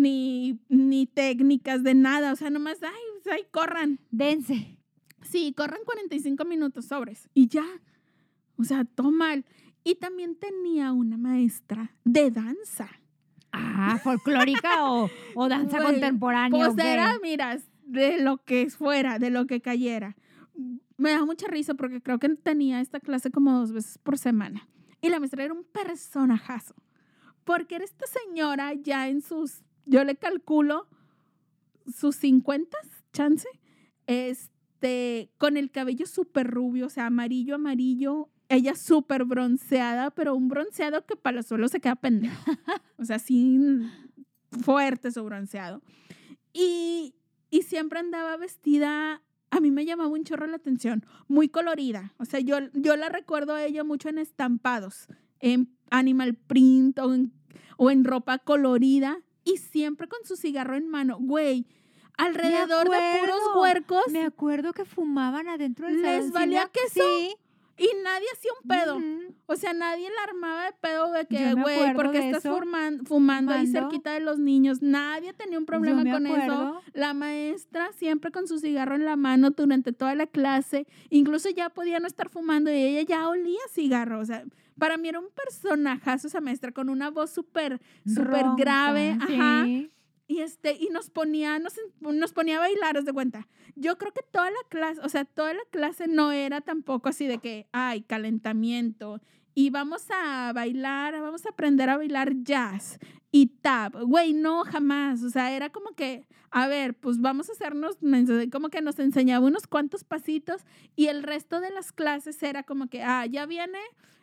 ni, ni técnicas de nada. O sea, nomás, ay, pues, ay, corran. Dense. Sí, corran cuarenta y cinco minutos sobres y ya. O sea, todo mal. Y también tenía una maestra de danza. Ah, folclórica o, o danza Güey, contemporánea. Pues ¿o qué? era, mira, de lo que fuera, de lo que cayera. Me da mucha risa porque creo que tenía esta clase como dos veces por semana. Y la maestra era un personajazo. Porque era esta señora ya en sus, yo le calculo, sus cincuenta, chance, este, con el cabello súper rubio, o sea, amarillo, amarillo. Ella súper bronceada, pero un bronceado que para los suelos se queda pendejo. O sea, sí, fuerte su bronceado. Y, y siempre andaba vestida, a mí me llamaba un chorro la atención, muy colorida. O sea, yo, yo la recuerdo a ella mucho en estampados, en animal print o en, o en ropa colorida y siempre con su cigarro en mano. Güey, alrededor de puros acuerdo, huercos Me acuerdo que fumaban adentro del les salón. valía ¿Sí? queso. Sí. Y nadie hacía un pedo. Ujú. O sea, nadie la armaba de pedo de que, Yo me güey, acuerdo ¿por qué de estás eso. forman- fumando ahí Fumando. cerquita de los niños? Nadie tenía un problema Yo me con eso. acuerdo. La maestra siempre con su cigarro en la mano durante toda la clase. Incluso ya podía no estar fumando y ella ya olía cigarro. O sea, para mí era un personajazo esa maestra con una voz súper, súper Ronca, grave. Ajá. sí. Y este, y nos ponía, nos, nos ponía a bailar, haz de cuenta. Yo creo que toda la clase, o sea, toda la clase no era tampoco así de que, ay, calentamiento. Y vamos a bailar, vamos a aprender a bailar jazz y tap. Güey, no, jamás. O sea, era como que, a ver, pues vamos a hacernos, como que nos enseñaba unos cuantos pasitos y el resto de las clases era como que, ah, ya viene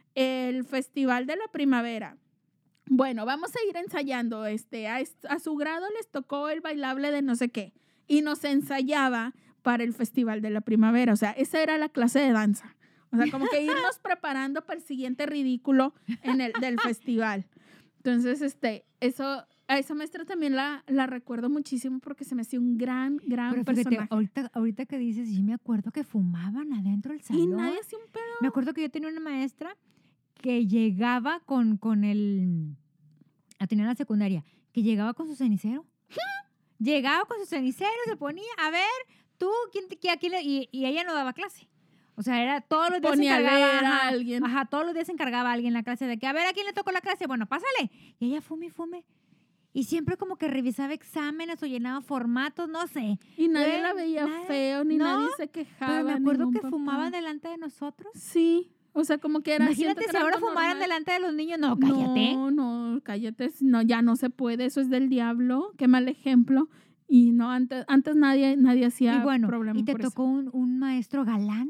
el festival de la primavera. Bueno, vamos a ir ensayando. Este, a, a su grado les tocó el bailable de no sé qué y nos ensayaba para el festival de la primavera. O sea, esa era la clase de danza. O sea, como que irnos preparando para el siguiente ridículo en el, del festival. Entonces, este, eso, a esa maestra también la, la recuerdo muchísimo porque se me hacía un gran, gran Pero fíjate, personaje. ahorita, ahorita que dices, sí me acuerdo que fumaban adentro del salón. Y nadie hacía un pedo. Me acuerdo que yo tenía una maestra que llegaba con, con el... La tenía en la secundaria. Que llegaba con su cenicero. Llegaba con su cenicero, se ponía, a ver, tú, ¿quién te quiere aquí? Y, y ella no daba clase. O sea, era todos los días Ponía se a encargaba. leer a Ajá, alguien. ajá, todos los días se encargaba alguien en la clase de que, a ver, ¿a quién le tocó la clase? Bueno, pásale. Y ella fume y fume. Y siempre como que revisaba exámenes o llenaba formatos, no sé. Y nadie Güey, la veía nadie- feo, ni no, nadie se quejaba. Pero me acuerdo ningún que papá. fumaba delante de nosotros. Sí, o sea, como que era... siento Imagínate que si era ahora algo fumaran normal. delante de los niños. No, cállate. No, no, cállate. No, ya no se puede. Eso es del diablo. Qué mal ejemplo. Y no, antes, antes nadie, nadie hacía Y bueno, problema y te por eso. tocó un, un maestro galán.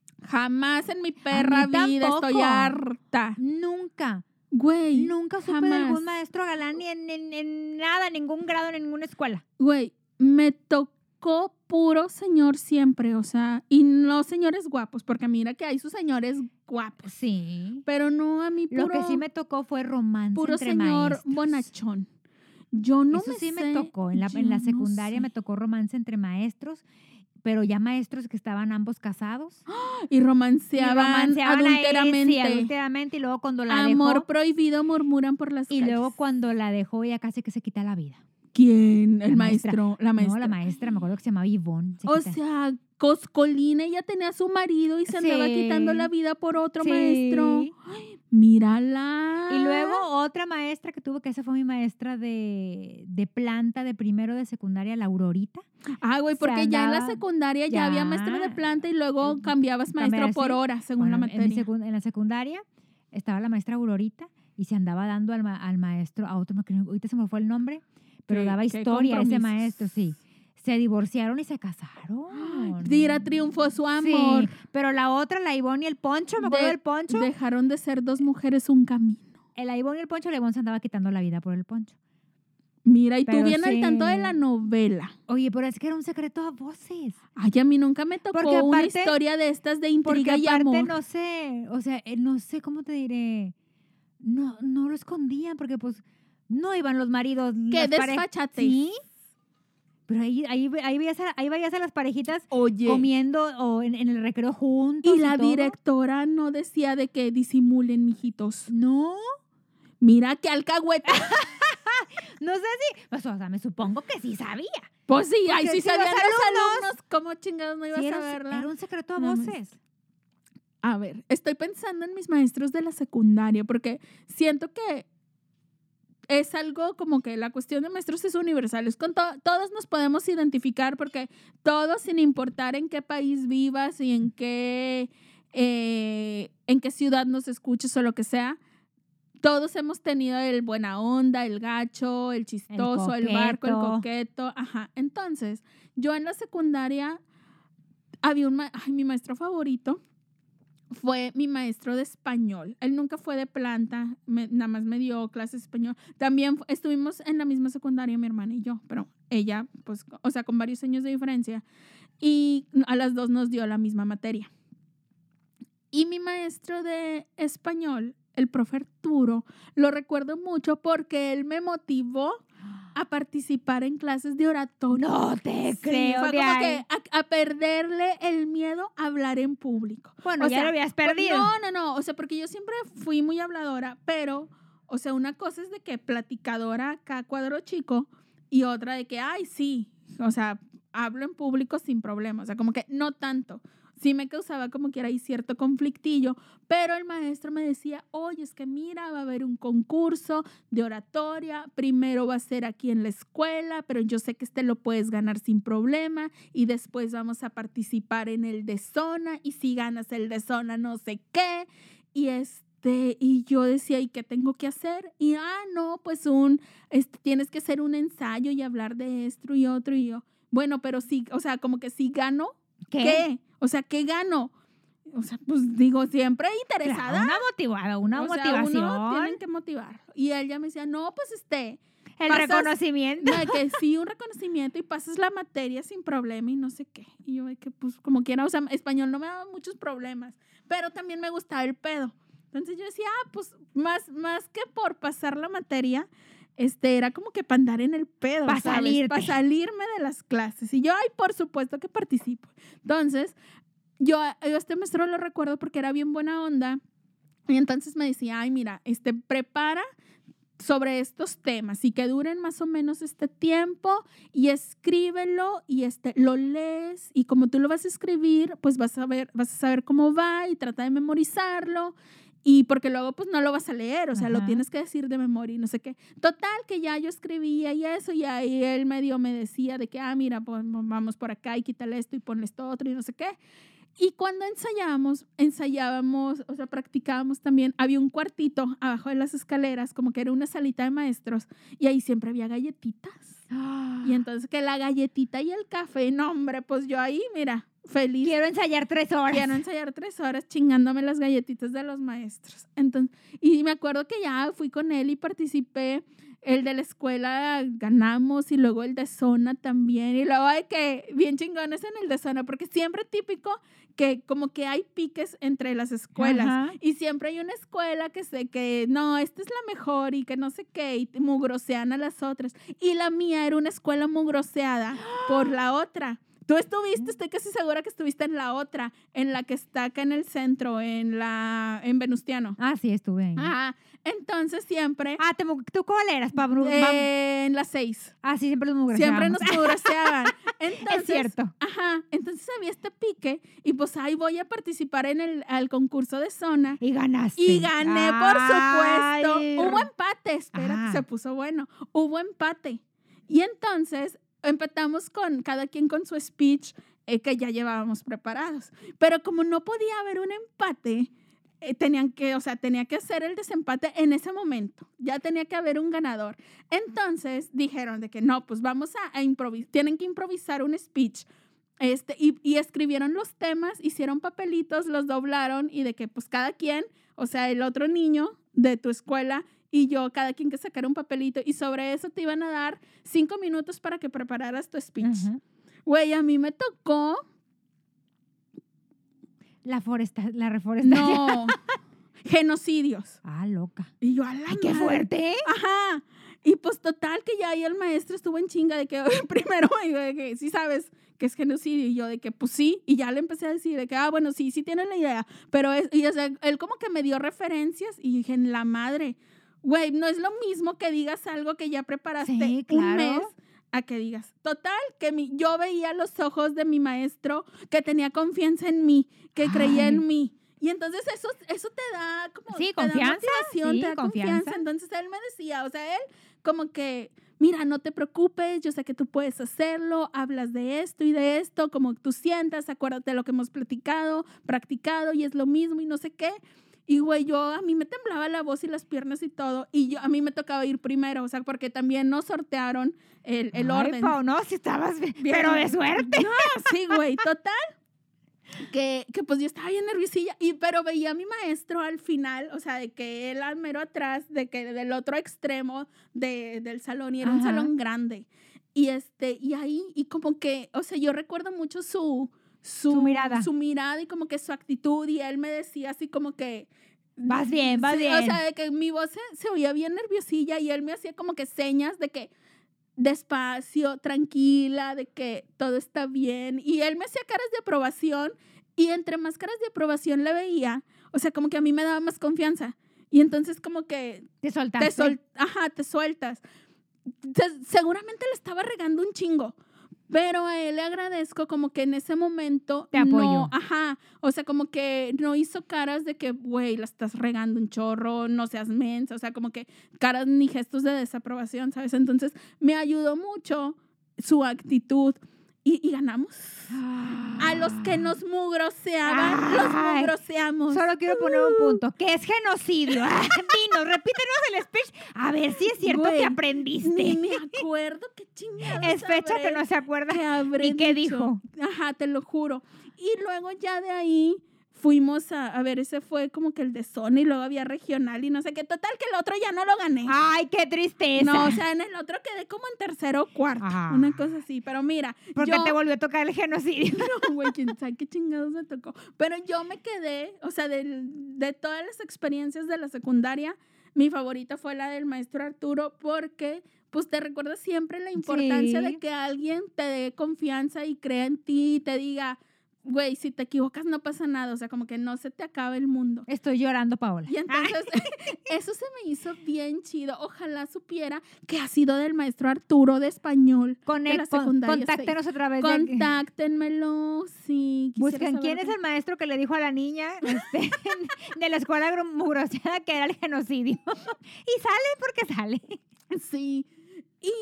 Jamás en mi perra mí vida estoy tampoco. harta. Nunca. Güey. Nunca supe jamás. de algún maestro galán ni en, en- en nada, en ningún grado, en ninguna escuela. Güey, me tocó puro señor siempre, o sea, y no señores guapos, porque mira que hay sus señores guapos. Sí. Pero no a mí puro, Lo que sí me tocó fue romance puro entre señor maestros. bonachón. Yo no Eso me sí sé, me tocó. En la, yo en la no secundaria sé. me tocó romance entre maestros, pero ya maestros que estaban ambos casados. Y Y romanceaban, romanceaban ahí, adulteramente. sí, adulteramente. Y luego cuando la Amor dejó, prohibido murmuran por las y calles. luego cuando la dejó, ya casi que se quita la vida. ¿Quién? El La maestra. maestro, la maestra. No, la maestra, me acuerdo que se llamaba Ivonne. se O quita- sea, Coscolina ella tenía a su marido y se andaba Sí. quitando la vida por otro Sí. maestro. Ay, mírala. Y luego otra maestra que tuve, que esa fue mi maestra de, de planta de primero de secundaria, la Aurorita. Ah, güey, se porque ya en la andaba- secundaria ya, ya. había maestro de planta y luego Eh, cambiabas maestro cambiar por así. hora, según Bueno, la en, mi materia. secun- en la secundaria estaba la maestra Aurorita y se andaba dando al, ma- al maestro, a otro, que ahorita se me fue el nombre, pero Qué- daba qué historia ese compromisos. maestro, sí. Se divorciaron y se casaron. Tira triunfó su amor. Sí, pero la otra, la Ivonne y el Poncho, me acuerdo De- del Poncho. Dejaron de ser dos mujeres un camino. El Ivonne y el Poncho, la Ivonne se andaba quitando la vida por el Poncho. Mira, y tú Pero bien al sí. tanto de la novela. Oye, pero es que era un secreto a voces. Ay, a mí nunca me tocó Porque una aparte- historia de estas de Porque intriga y aparte, amor. no sé, o sea, eh, no sé cómo te diré. No, no lo escondían porque pues no iban los maridos. Qué las pare- desfachatez. Sí. Pero ahí, ahí, ve- ahí, veías a, ahí veías a las parejitas Oye, comiendo o en, en el recreo juntos. y la todo. directora no decía de que disimulen, mijitos. No, Mira qué alcahueta. no sé si. Pues, o sea, me supongo que sí sabía. Pues sí, ay, Porque si si los sabían los alumnos- alumnos, ¿cómo chingados no ibas Sí, a era, un- verla? era un secreto a No mames. voces. A ver, estoy pensando en mis maestros de la secundaria porque siento que es algo como que la cuestión de maestros es universal. Es con to- todos nos podemos identificar porque todos, sin importar en qué país vivas y en qué, eh, en qué ciudad nos escuches o lo que sea, todos hemos tenido el buena onda, el gacho, el chistoso, el, barco, el coqueto. coqueto. Ajá. Entonces, yo en la secundaria había un, ma- ay, mi maestro favorito fue mi maestro de español. Él nunca fue de planta, me- nada más me dio clases de español. También fu- estuvimos en la misma secundaria, mi hermana y yo, pero ella, pues, o sea, con varios años de diferencia. Y a las dos nos dio la misma materia. Y mi maestro de español el profe Arturo, lo recuerdo mucho porque él me motivó a participar en clases de oratoria. No te Sí, creo. fue de como ahí. que a, a perderle el miedo a hablar en público. Bueno, O ya sea, lo habías pues, perdido. no, no, no. O sea, porque yo siempre fui muy habladora, pero, o sea, una cosa es de que platicadora acá cuadro chico y otra de que, ay, sí, o sea, hablo en público sin problema. O sea, como que no tanto. Sí me causaba como que era ahí cierto conflictillo, pero el maestro me decía, oye, es que mira, va a haber un concurso de oratoria, primero va a ser aquí en la escuela, pero yo sé que este lo puedes ganar sin problema y después vamos a participar en el de zona y si ganas el de zona no sé qué. Y este, y yo decía, ¿y qué tengo que hacer? Y, ah, no, pues un, este, tienes que hacer un ensayo y hablar de esto y otro y yo, bueno, pero sí, o sea, como que si gano, ¿Qué? ¿qué? O sea, ¿qué gano? O sea, pues digo, siempre interesada. Claro, una motivada, una o sea, motivación. uno tienen que motivar. Y él ya me decía, no, pues este, El pasas- reconocimiento. no, de que sí, un reconocimiento y pasas la materia sin problema y no sé qué. Y yo de que, pues, como quiera, o sea, español no me daba muchos problemas, pero también me gustaba el pedo. Entonces yo decía, ah, pues, más, más que por pasar la materia, este, era como que para andar en el pedo, Pa' ¿sabes? salirte. Para salirme de las clases. Y yo, ay, por supuesto que participo. Entonces, yo, yo este maestro lo recuerdo porque era bien buena onda. Y entonces me decía, ay, mira, este, prepara sobre estos temas y que duren más o menos este tiempo y escríbelo y este, lo lees y como tú lo vas a escribir, pues vas a ver, vas a saber cómo va y trata de memorizarlo. Y porque luego pues no lo vas a leer, o sea, Ajá. lo tienes que decir de memoria y no sé qué. Total, que ya yo escribía y eso, y ahí él medio me decía de que, ah, mira, pues vamos por acá y quítale esto y ponle esto otro y no sé qué. Y cuando ensayábamos, ensayábamos, o sea, practicábamos también, había un cuartito abajo de las escaleras, como que era una salita de maestros, y ahí siempre había galletitas. Y entonces que la galletita y el café, no, hombre, pues yo ahí, mira, feliz. Quiero ensayar tres horas. Quiero ensayar tres horas chingándome las galletitas de los maestros. Entonces, y me acuerdo que ya fui con él y participé. El de la escuela ganamos y luego el de zona también. Y luego hay que, bien chingones en el de zona, porque siempre típico que como que hay piques entre las escuelas. Ajá. Y siempre hay una escuela que sé que, no, esta es la mejor y que no sé qué, y mugrosean a las otras. Y la mía era una escuela mugroseada por la otra. Tú estuviste, estoy casi segura que estuviste en la otra, en la que está acá en el centro, en la en Venustiano. Ah, sí, estuve ahí. Ajá. Entonces siempre Ah, ¿te mu- ¿tú cuál eras, Pablo? eh, en las seis. Ah, sí, siempre nos Siempre mugroseábamos. nos mugroseaban. Entonces, Es cierto. Ajá. Entonces había este pique y pues ahí voy a participar en el al concurso de zona. Y ganaste. Y gané, por supuesto. Ay. Hubo empate, espera, Ah. se puso bueno. Hubo empate. Y entonces empatamos con cada quien con su speech eh, que ya llevábamos preparados. Pero como no podía haber un empate, eh, tenían que, o sea, tenía que hacer el desempate en ese momento. Ya tenía que haber un ganador. Entonces dijeron de que no, pues vamos a, a improvisar, tienen que improvisar un speech. Este, y, y escribieron los temas, hicieron papelitos, los doblaron y de que pues cada quien, o sea, el otro niño de tu escuela y yo, cada quien que sacara un papelito y sobre eso te iban a dar cinco minutos para que prepararas tu speech. Ajá. Güey, a mí me tocó, La foresta, la reforestación. no, genocidios. Ah, loca. Y yo, a la Ay, qué madre. fuerte. Ajá. Y pues total que ya ahí el maestro estuvo en chinga de que primero me dijo de que sí sabes que es genocidio y yo de que pues sí y ya le empecé a decir de que ah bueno sí sí tienen la idea pero es y o sea, él como que me dio referencias y dije en la madre güey no es lo mismo que digas algo que ya preparaste Sí, un claro. mes a que digas total que mi, yo veía los ojos de mi maestro que tenía confianza en mí que creía Ay. en mí. Y entonces eso, eso te da como Sí, te da confianza, motivación, sí, te da confianza. confianza. Entonces él me decía, o sea, él como que, mira, no te preocupes, yo sé que tú puedes hacerlo, hablas de esto y de esto, como tú sientas, acuérdate de lo que hemos platicado, practicado y es lo mismo y no sé qué. Y güey, yo a mí me temblaba la voz y las piernas y todo, y yo a mí me tocaba ir primero, o sea, porque también nos sortearon el, el Ay, orden. Pau, no, si estabas bien, Bien. pero de suerte. No, sí, güey, total. Que, que pues yo estaba bien nerviosilla, y, pero veía a mi maestro al final, o sea, de que él al mero atrás, de que del otro extremo de, del salón, y era un Ajá. salón grande. Y, este, y ahí, y como que, o sea, yo recuerdo mucho su, su, Su mirada. su mirada y como que su actitud, y él me decía así como que, Vas bien, vas Sí, bien. O sea, de que mi voz se, se oía bien nerviosilla y él me hacía como que señas de que despacio, tranquila, de que todo está bien. Y él me hacía caras de aprobación y entre más caras de aprobación le veía, o sea, como que a mí me daba más confianza. Y entonces como que Te soltaste. te, sol Ajá, te sueltas. Se seguramente le estaba regando un chingo. Pero a él le agradezco como que en ese momento Te apoyo. no, ajá, o sea, como que no hizo caras de que, güey, la estás regando un chorro, no seas mensa, o sea, como que caras ni gestos de desaprobación, ¿sabes? Entonces me ayudó mucho su actitud y, y ganamos. A los que nos mugroseaban, Ay. los mugroseamos. Solo quiero poner un punto, que es genocidio. Dinos, repítenos el speech. A ver si es cierto Güey, que aprendiste. Ni me acuerdo qué chingados Es fecha habré- que no se acuerda. que habré ¿Y qué dicho. dijo? Ajá, te lo juro. Y luego ya de ahí fuimos a, a ver, ese fue como que el de Sony, y luego había regional y no sé qué. Total que el otro ya no lo gané. Ay, qué tristeza. No, o sea, en el otro quedé como en tercero o cuarto. Ah. Una cosa así. Pero mira, Porque yo... te volvió a tocar el genocidio. No, güey, quién sabe qué chingados me tocó. Pero yo me quedé, o sea, del- de todas las experiencias de la secundaria, mi favorita fue la del maestro Arturo porque pues te recuerda siempre la importancia Sí. de que alguien te dé confianza y crea en ti y te diga, güey, si te equivocas no pasa nada, o sea, como que no se te acaba el mundo. Estoy llorando, Paola. Y entonces, eso se me hizo bien chido. Ojalá supiera que ha sido del maestro Arturo de español. Conec- de la con- secundaria contáctenos a través de... Contáctenmelo, sí. quisiera Busquen saber quién de- es el maestro que le dijo a la niña este, de la escuela gru- mugroseada que era el genocidio. Y sale porque sale. Sí. Y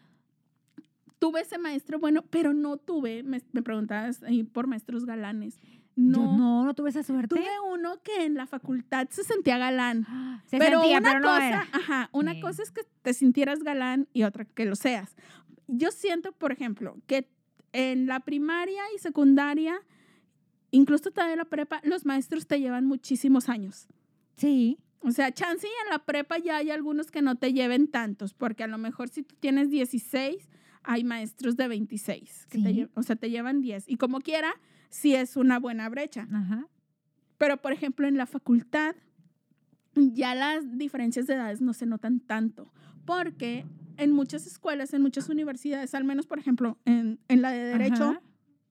tuve ese maestro bueno, pero no tuve, me, me preguntabas ahí por maestros galanes. No, Yo no, no tuve esa suerte. tuve uno que en la facultad se sentía galán. Se pero sentía, una pero no cosa, era. ajá, una Sí. cosa es que te sintieras galán y otra que lo seas. Yo siento, por ejemplo, que en la primaria y secundaria, incluso todavía en la prepa, los maestros te llevan muchísimos años. Sí. O sea, chance y en la prepa ya hay algunos que no te lleven tantos, porque a lo mejor si tú tienes dieciséis, hay maestros de veintiséis. Que Sí. te lle- o sea, te llevan diez. Y como quiera, sí es una buena brecha. Ajá. Pero, por ejemplo, en la facultad, ya las diferencias de edades no se notan tanto, porque en muchas escuelas, en muchas universidades, al menos, por ejemplo, en, en la de Derecho, Ajá.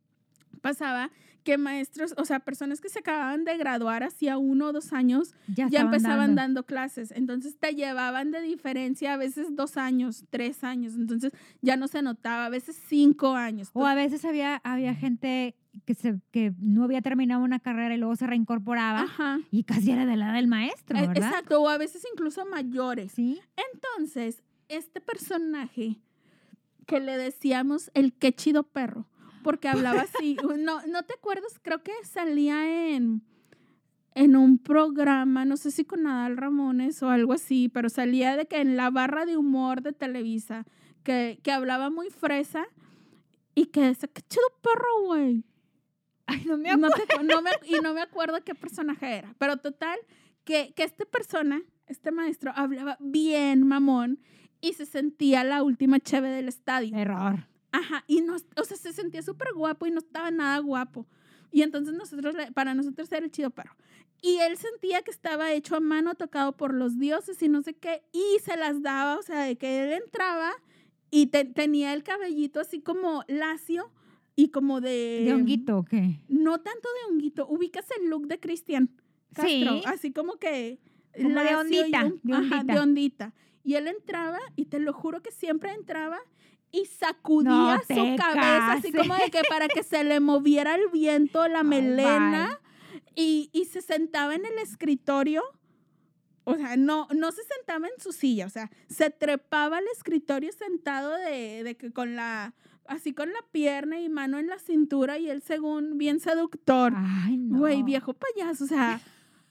pasaba que maestros, o sea, personas que se acababan de graduar hacía uno o dos años, Ya, ya estaban empezaban dando. dando. clases. Entonces te llevaban de diferencia a veces dos años, tres años. Entonces ya no se notaba, a veces cinco años. O a veces había, había gente que, se, que no había terminado una carrera y luego se reincorporaba Ajá. y casi era de la edad del maestro, Eh, ¿verdad? Exacto, o a veces incluso mayores. Sí. Entonces, este personaje que le decíamos el qué chido perro, porque hablaba así, no, no te acuerdas, creo que salía en, en un programa, no sé si con Adal Ramones o algo así, pero salía de que en la barra de humor de Televisa, que, que hablaba muy fresa y que decía, qué chido perro, güey. Ay, no me No acuerdo. te- no me- y no me acuerdo qué personaje era, pero total, que, que esta persona, este maestro, hablaba bien mamón y se sentía la última cheve del estadio. Error. Ajá, y no, o sea, se sentía súper guapo y no estaba nada guapo. Y entonces nosotros, le- para nosotros era el chido perro. Y él sentía que estaba hecho a mano, tocado por los dioses y no sé qué, y se las daba, o sea, de que él entraba y te- tenía el cabellito así como lacio y como de... ¿De honguito o qué? No tanto de honguito, ubicas el look de Cristian Castro, Sí. así como que... Como de lacio y ondita, un- de ajá, ondita. de ondita. Y él entraba, y te lo juro que siempre entraba y sacudía No su te cabeza, así cases. como de que para que se le moviera el viento, la Ay, melena, y, y se sentaba en el escritorio. O sea, no, no se sentaba en su silla, o sea, se trepaba al escritorio sentado de, de que con la, así con la pierna y mano en la cintura y él según bien seductor. Ay, no. Güey, viejo payaso, o sea,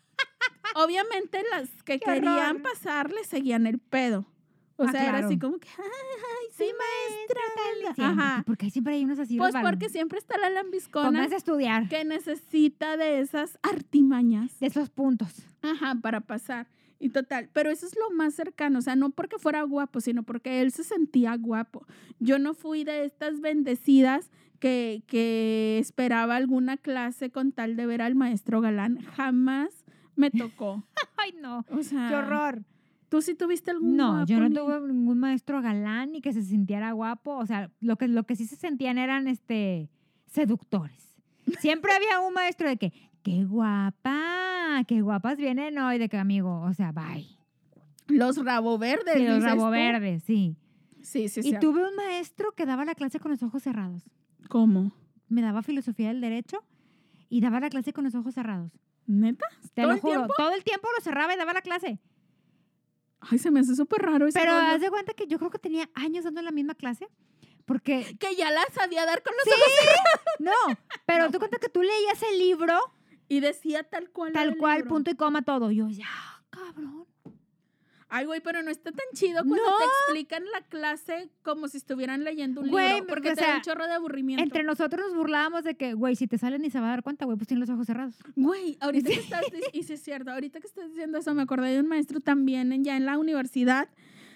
obviamente las que Qué querían horror. pasar le seguían el pedo. O Ah, sea, era claro. así como que, ay, ay, sí, maestra. Siempre, Ajá. porque siempre hay unos así. Pues resbalón. porque siempre está la lambiscona Pónganse a estudiar que necesita de esas artimañas. de esos puntos. Ajá, para pasar. Y total, pero eso es lo más cercano, o sea, no porque fuera guapo, sino porque él se sentía guapo. Yo no fui de estas bendecidas que, que esperaba alguna clase con tal de ver al maestro galán. Jamás me tocó. Ay, no. O sea, Qué horror. ¿tú sí tuviste algún No, guapo, yo no ni- tuve ningún maestro galán ni que se sintiera guapo. O sea, lo que, lo que sí se sentían eran este seductores. Siempre había un maestro de que, qué guapa, qué guapas vienen hoy, de que amigo, o sea, bye. Los rabo verdes, Sí, los dices rabo tú. verdes, sí. Sí, sí, Y sí. tuve un maestro que daba la clase con los ojos cerrados. ¿Cómo? Me daba filosofía del derecho y daba la clase con los ojos cerrados. ¿Neta? Te ¿Todo lo el juro, tiempo? todo el tiempo lo cerraba y daba la clase. Ay, se me hace súper raro ese Pero rollo. haz de cuenta que yo creo que tenía años dando la misma clase. Porque, Que ya la sabía dar con los sí, no, pero haz de cuenta que tú leías el libro Y decía tal cual. tal el cual, libro. punto y coma, todo. Yo decía, ah, cabrón. Ay, güey, pero no está tan chido cuando No. te explican la clase como si estuvieran leyendo un Güey, libro. Porque o te da sea, un chorro de aburrimiento. Entre nosotros nos burlábamos de que, güey, si te sale ni se va a dar cuenta, güey, pues tiene los ojos cerrados. Güey, ahorita que estás, dic- y sí es cierto, ahorita que estás diciendo eso, me acordé de un maestro también en- ya en la universidad.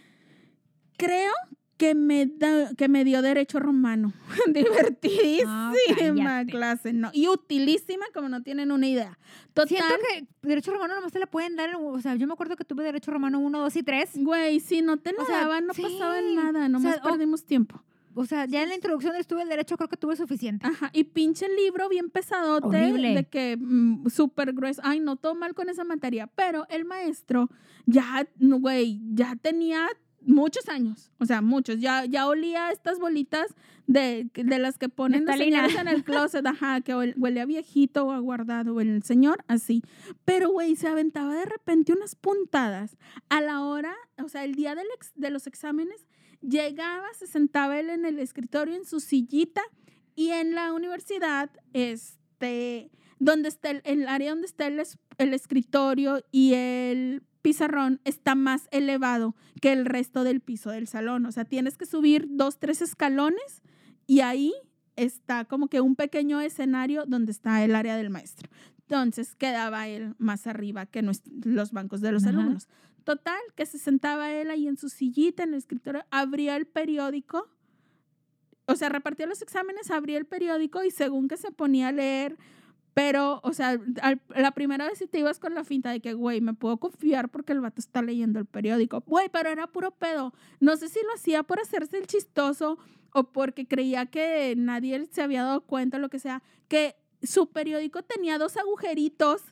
Creo que me, da- que me dio derecho romano. Divertidísima cállate. clase, ¿no? Y utilísima como no tienen una idea. Total, Siento que derecho romano nomás te la pueden dar, en- o sea, yo me acuerdo que tuve derecho romano uno, dos y tres. güey, si no te la O sea, daban, no sí. pasaba nada, nomás sea, o- perdimos tiempo. O sea, ya en la introducción estuve el derecho, creo que tuve suficiente. Ajá, y pinche libro bien pesadote, Horrible. de que mm, súper grueso. Ay, no, todo mal con esa materia. Pero el maestro ya, no, güey, ya tenía muchos años. O sea, muchos. Ya, ya olía estas bolitas de, de las que ponen los Naftalina. señores en el closet. Ajá, que huele, huele a viejito o a guardado. El señor, así. Pero, güey, se aventaba de repente unas puntadas. A la hora, o sea, el día del ex- de los exámenes, llegaba, se sentaba él en el escritorio, en su sillita, y en la universidad, este, donde está el, el área donde está el, es- el escritorio y el pizarrón está más elevado que el resto del piso del salón. O sea, tienes que subir dos, tres escalones y ahí está como que un pequeño escenario donde está el área del maestro. Entonces quedaba él más arriba que nues- los bancos de los Ajá. alumnos. Total, que se sentaba él ahí en su sillita, en el escritorio, abría el periódico, o sea, repartía los exámenes, abría el periódico y según que se ponía a leer, pero, o sea, al- la primera vez sí te ibas con la finta de que, güey, me puedo confiar porque el vato está leyendo el periódico. Güey, pero era puro pedo. No sé si lo hacía por hacerse el chistoso o porque creía que nadie se había dado cuenta, lo que sea, que su periódico tenía dos agujeritos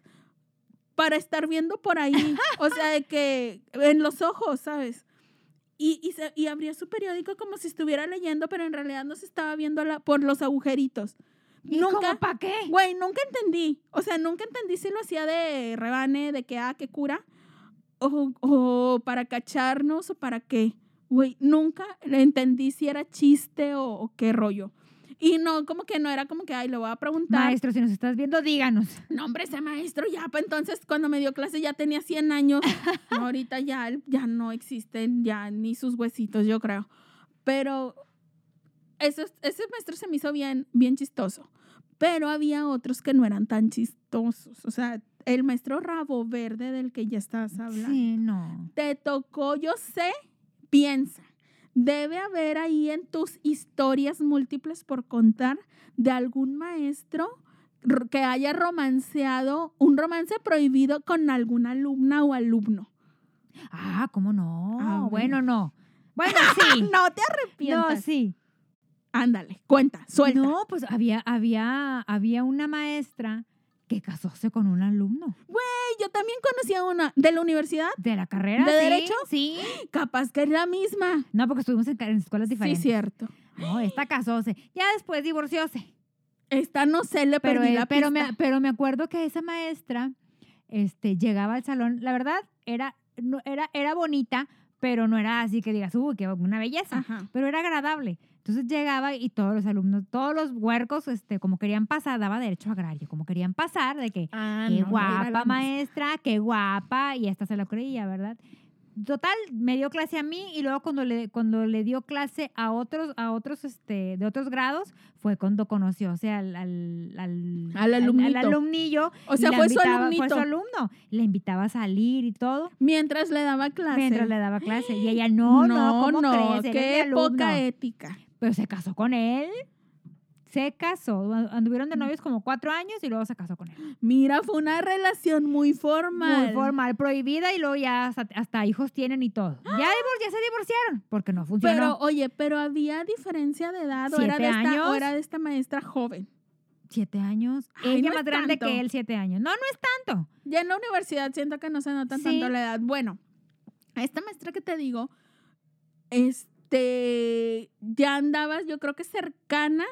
para estar viendo por ahí, o sea, de que en los ojos, ¿sabes? Y, y, se, y abría su periódico como si estuviera leyendo, pero en realidad no se estaba viendo la, por los agujeritos. ¿Y Nunca, cómo pa' qué? güey, nunca entendí. O sea, nunca entendí si lo hacía de rebane, de que, ah, qué cura, o, o para cacharnos, o para qué. Güey, nunca entendí si era chiste o, o qué rollo. Y no, como que no era como que, ay, le voy a preguntar. Maestro, si nos estás viendo, díganos. No, hombre, ese maestro ya, pues entonces cuando me dio clase ya tenía cien años. No, ahorita ya, ya no existen ya ni sus huesitos, yo creo. Pero eso, ese maestro se me hizo bien, bien chistoso. Pero había otros que no eran tan chistosos. O sea, el maestro Rabo Verde del que ya estás hablando. Sí, no. Te tocó, yo sé, piensa. Debe haber ahí en tus historias múltiples por contar de algún maestro r- que haya romanceado, un romance prohibido con alguna alumna o alumno. Ah, ¿cómo no? A ver. Bueno, no. Bueno, sí. No te No, arrepientas. sí. Ándale, cuenta, suelta. No, pues había, había, había una maestra que casóse con un alumno Ay, yo también conocí a una de la universidad, de la carrera. ¿De sí, derecho? Sí. capaz que es la misma. No, porque estuvimos en, ca- en escuelas Sí, diferentes. cierto. No, esta casóse. Ya después divorcióse. Esta no sé, le Pero, perdí eh, la pero, pista. me, pero me acuerdo que esa maestra este, llegaba al salón. La verdad, era, no, era, era bonita, pero no era así que digas, uy, qué una belleza. Ajá. Pero era agradable. Entonces llegaba y todos los alumnos, todos los huercos, este, como querían pasar, daba derecho agrario, como querían pasar, de que, Ah, qué no, no era la guapa misma. maestra, qué guapa, y esta se lo creía, ¿verdad? Total, me dio clase a mí y luego cuando le, cuando le dio clase a otros, a otros, este, de otros grados, fue cuando conoció, o sea, al, al, al, Al alumnito. al alumnillo. O y sea, la fue su invitaba- alumnito. Fue su alumno. Le invitaba a salir y todo, Mientras le daba clase. mientras le daba clase. Y ella, no, no, ¿cómo no, crees? Eres mi qué alumno. poca ética. Pero se casó con él. se casó. Anduvieron de novios como cuatro años y luego se casó con él. Mira, fue una relación muy formal. Muy formal, prohibida y luego ya hasta, hasta hijos tienen y todo. Ya, divor- ya se divorciaron porque no funcionó. Pero, oye, pero había diferencia de edad o era, ¿Siete de esta, años? o era de esta maestra joven. Siete años. Ay, Ella no más es grande tanto. que él, siete años. No, no es tanto. Ya en la universidad siento que no se nota Sí. tanto la edad. Bueno, a esta maestra que te digo, este, ya andabas, yo creo que cercana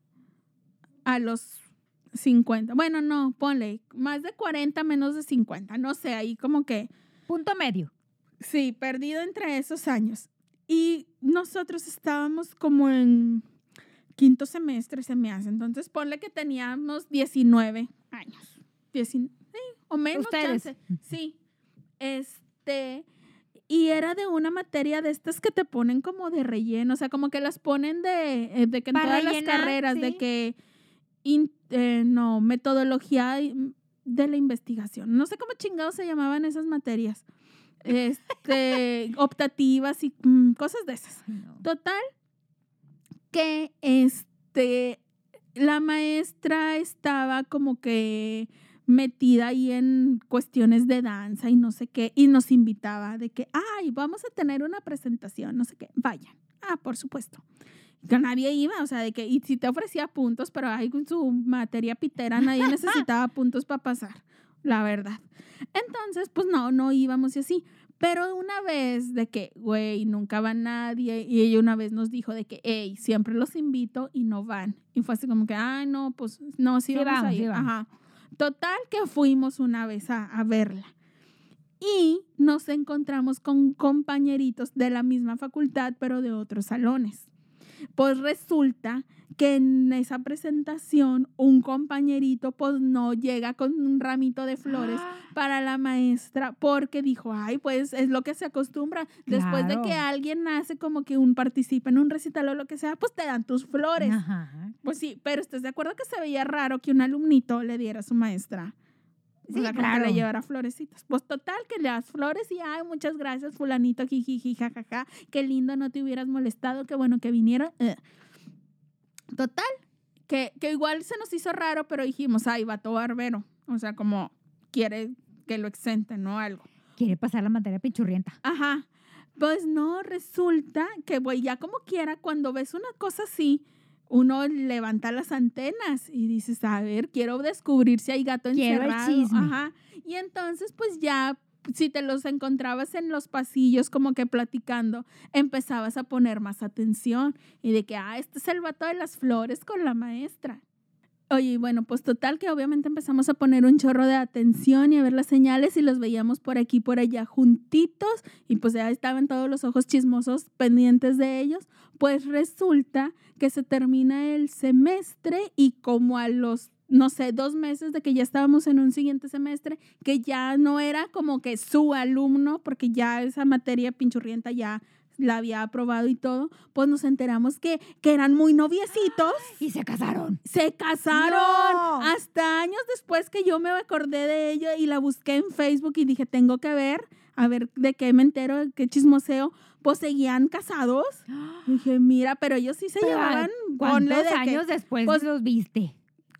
a los cincuenta. Bueno, no, ponle, más de cuarenta, menos de cincuenta. No sé, ahí como que, Punto medio. sí, perdido entre esos años. Y nosotros estábamos como en quinto semestre, se me hace. Entonces, ponle que teníamos diecinueve años. diecinueve, sí, o menos, Ustedes. chance. Sí. Este, y era de una materia de estas que te ponen como de relleno, o sea, como que las ponen de, eh, de que en Para todas las rellenar, carreras, de sí. que, in- eh, no, metodología y- de la investigación. No sé cómo chingados se llamaban esas materias. Este, optativas y mm, cosas de esas. Ay, no. Total, que este, la maestra estaba como que metida ahí en cuestiones de danza y no sé qué, y nos invitaba de que, ay, vamos a tener una presentación, no sé qué, vayan. Ah, por supuesto. Que nadie iba, o sea, de que, y si te ofrecía puntos, pero ay, con su materia pitera, nadie necesitaba puntos para pasar, la verdad. Entonces, pues no, no íbamos y así. Pero una vez de que, güey, nunca va nadie, y ella una vez nos dijo de que, hey, siempre los invito y no van. Y fue así como que, ay, no, pues no, sí, Sí vamos, vamos, a ir. sí vamos. Ajá. Total que fuimos una vez a, a verla. Y nos encontramos con compañeritos de la misma facultad, pero de otros salones. Pues resulta que en esa presentación un compañerito pues no llega con un ramito de flores para la maestra porque dijo, ay, pues es lo que se acostumbra. Después de Claro. que alguien hace como que un participa en un recital o lo que sea, pues te dan tus flores. Ajá. Pues sí, pero ¿estás de acuerdo que se veía raro que un alumnito le diera a su maestra? O Sí, sea, como claro. que le llevara florecitas. Pues total, que le das flores y, ay, muchas gracias, fulanito, jijiji, jajaja. Qué lindo, no te hubieras molestado, qué bueno que vinieron. Eh. Total, que, que igual se nos hizo raro, pero dijimos, ay, vato barbero. O sea, como quiere que lo exenten, ¿no? Algo. Quiere pasar la materia pichurrienta. Ajá. Pues no, resulta que, güey, ya como quiera, cuando ves una cosa así, uno levanta las antenas y dices, a ver, quiero descubrir si hay gato Quiero el encerrado. chisme. Ajá. Y entonces, pues ya, si te los encontrabas en los pasillos como que platicando, empezabas a poner más atención y de que, ah, este es el vato de las flores con la maestra. Oye, y bueno, pues total que obviamente empezamos a poner un chorro de atención y a ver las señales y los veíamos por aquí y por allá juntitos y pues ya estaban todos los ojos chismosos pendientes de ellos. Pues resulta que se termina el semestre y como a los, no sé, dos meses de que ya estábamos en un siguiente semestre, que ya no era como que su alumno, porque ya esa materia pinchurrienta ya la había aprobado y todo, pues nos enteramos que, que eran muy noviecitos. Y se casaron. Se casaron. ¡No! Hasta años después que yo me acordé de ello y la busqué en Facebook y dije, tengo que ver, a ver de qué me entero, de qué chismoseo. Pues seguían casados. Y dije, mira, pero ellos sí se Pero, llevaban. ponle ¿Cuántos de que- años después pues, los viste?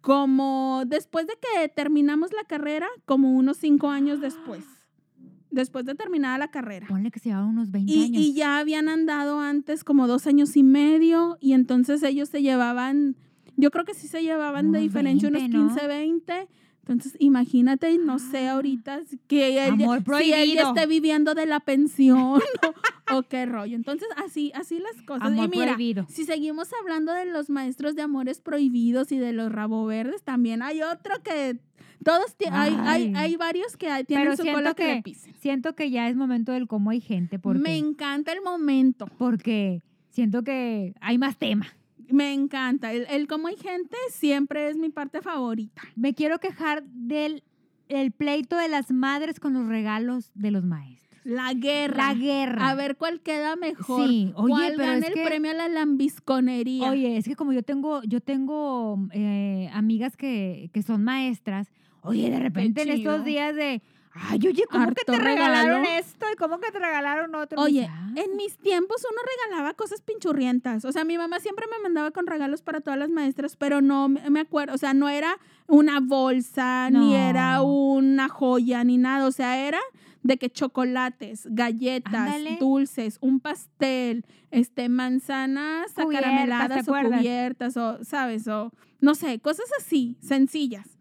como después de que terminamos la carrera, como unos cinco años después. Después de terminada la carrera. Ponle que se llevaban unos veinte Y, años. y ya habían andado antes como dos años y medio y entonces ellos se llevaban, yo creo que sí se llevaban de Unos diferencia unos veinte, ¿no? quince, veinte. Entonces imagínate, no sé ahorita si- que él, Amor si él ya prohibido. esté viviendo de la pensión o, o qué rollo. Entonces así, así las cosas. Amor y mira, prohibido. si seguimos hablando de los maestros de amores prohibidos y de los rabo verdes, también hay otro que todos ti- hay, hay, Ay. hay varios que hay- tienen Pero su siento cola que, le que, pisen. siento que ya es momento del cómo hay gente. Porque, Me encanta el momento. porque siento que hay más tema. Me encanta. El, el cómo hay gente siempre es mi parte favorita. Me quiero quejar del el pleito de las madres con los regalos de los maestros. La guerra. La guerra. A ver cuál queda mejor. Sí, oye, ¿Cuál pero gana es el que- premio a la lambisconería? Oye, es que como yo tengo, yo tengo eh, amigas que, que son maestras, oye, de repente en chido. estos días de, Ay, oye, ¿cómo Harto que te regalaron regalo. esto? ¿Y cómo que te regalaron otro? Oye, Ah, en mis tiempos uno regalaba cosas pinchurrientas. O sea, mi mamá siempre me mandaba con regalos para todas las maestras, pero no me me acuerdo. O sea, no era una bolsa, ni No. era una joya, ni nada. O sea, era de que chocolates, galletas, Ándale. dulces, un pastel, este, manzanas Cubiertas, acarameladas ¿te o acuerdas? cubiertas, o, ¿sabes? O, no sé, cosas así, sencillas.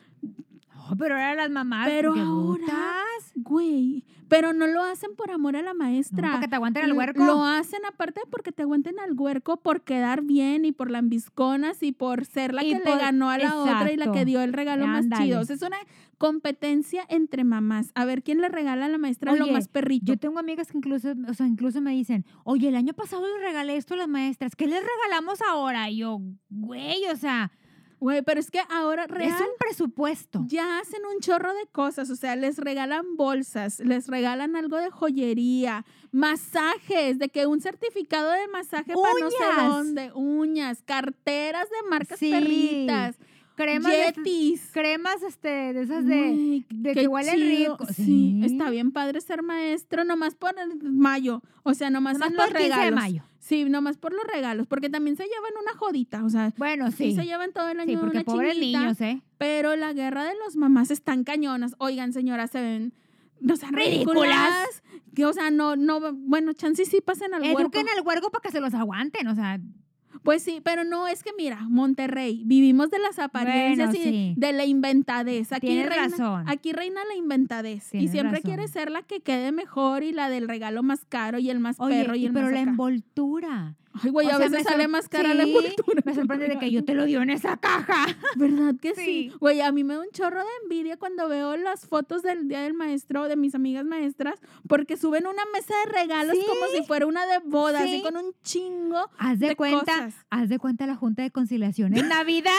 no, pero eran las mamás. Pero qué ahora, brutas. güey, pero no lo hacen por amor a la maestra. No, porque te aguanten el L- huerco. Lo hacen aparte porque te aguanten al huerco por quedar bien y por lambisconas y por ser la Y que por- le ganó a la otra y la exacto. que dio el regalo más Ándale. chido. O sea, es una competencia entre mamás. A ver quién le regala a la maestra lo Oye, más perrito. Yo tengo amigas que incluso, o sea, incluso me dicen, oye, el año pasado les regalé esto a las maestras, ¿qué les regalamos ahora? Y yo, güey, o sea, Güey, pero es que ahora real es un presupuesto. ya hacen un chorro de cosas, o sea, les regalan bolsas, les regalan algo de joyería, masajes, de que un certificado de masaje para no sé Uñas. dónde, uñas, carteras de marcas Sí. perritas, Cremas, de, yetis. cremas este, de esas de, Güey, de qué que huelen chido. rico. Sí, Sí. está bien padre ser maestro, nomás por el mayo, o sea, nomás, Nomás en por los el quince de regalos. mayo. Sí, nomás por los regalos, porque también se llevan una jodita, o sea, Bueno, sí, sí. se llevan todo el año Sí, porque una pobres chinguita. niños, ¿eh? Pero la guerra de los mamás están cañonas. Oigan, señora, se ven, no sean Ridículas. ridículas. Que, o sea, no, no, bueno, chance sí pasen al huerco. Eduquen al huergo para que se los aguanten, o sea, Pues sí, pero no, es que mira, Monterrey, vivimos de las apariencias Bueno, y sí. de la inventadez. Aquí Tienes reina, razón. Aquí reina la inventadez. Y Tienes siempre razón. quiere ser la que quede mejor y la del regalo más caro y el más oye, perro y y el pero más la acá. envoltura. Ay, güey, O a sea, veces me sale sor- más cara la sí, envoltura. Me sorprende de que yo te lo dio en esa caja. ¿Verdad que sí? Sí. Güey, a mí me da un chorro de envidia cuando veo las fotos del Día del Maestro de mis amigas maestras porque suben una mesa de regalos Sí. como si fuera una de bodas, Sí. así con un chingo. Haz de, de cuenta, cosas. haz de cuenta la Junta de Conciliación en Navidad,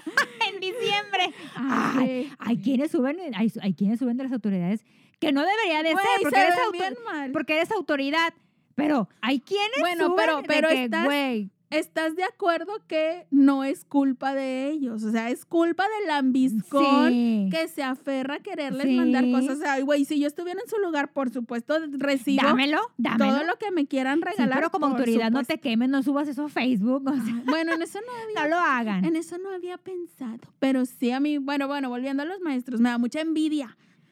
en diciembre. Ay, hay quienes suben, hay, hay quienes suben de las autoridades que no debería de Güey, ser porque se eres, ven auto- bien mal. porque eres autoridad. Pero hay quienes Bueno, suben pero- de pero que, estás- güey, ¿Estás de acuerdo que no es culpa de ellos? O sea, es culpa del lambiscón sí. que se aferra a quererles Sí. mandar cosas. Ay, güey, si yo estuviera en su lugar, por supuesto, recibo dámelo, dámelo. todo lo que me quieran Sí, regalar. pero como por autoridad no supuesto. te quemes, no subas eso a Facebook. O sea, Bueno, en eso no había no lo hagan. En eso no había pensado. Pero sí, a mí, bueno, bueno, volviendo a los maestros, me da mucha envidia.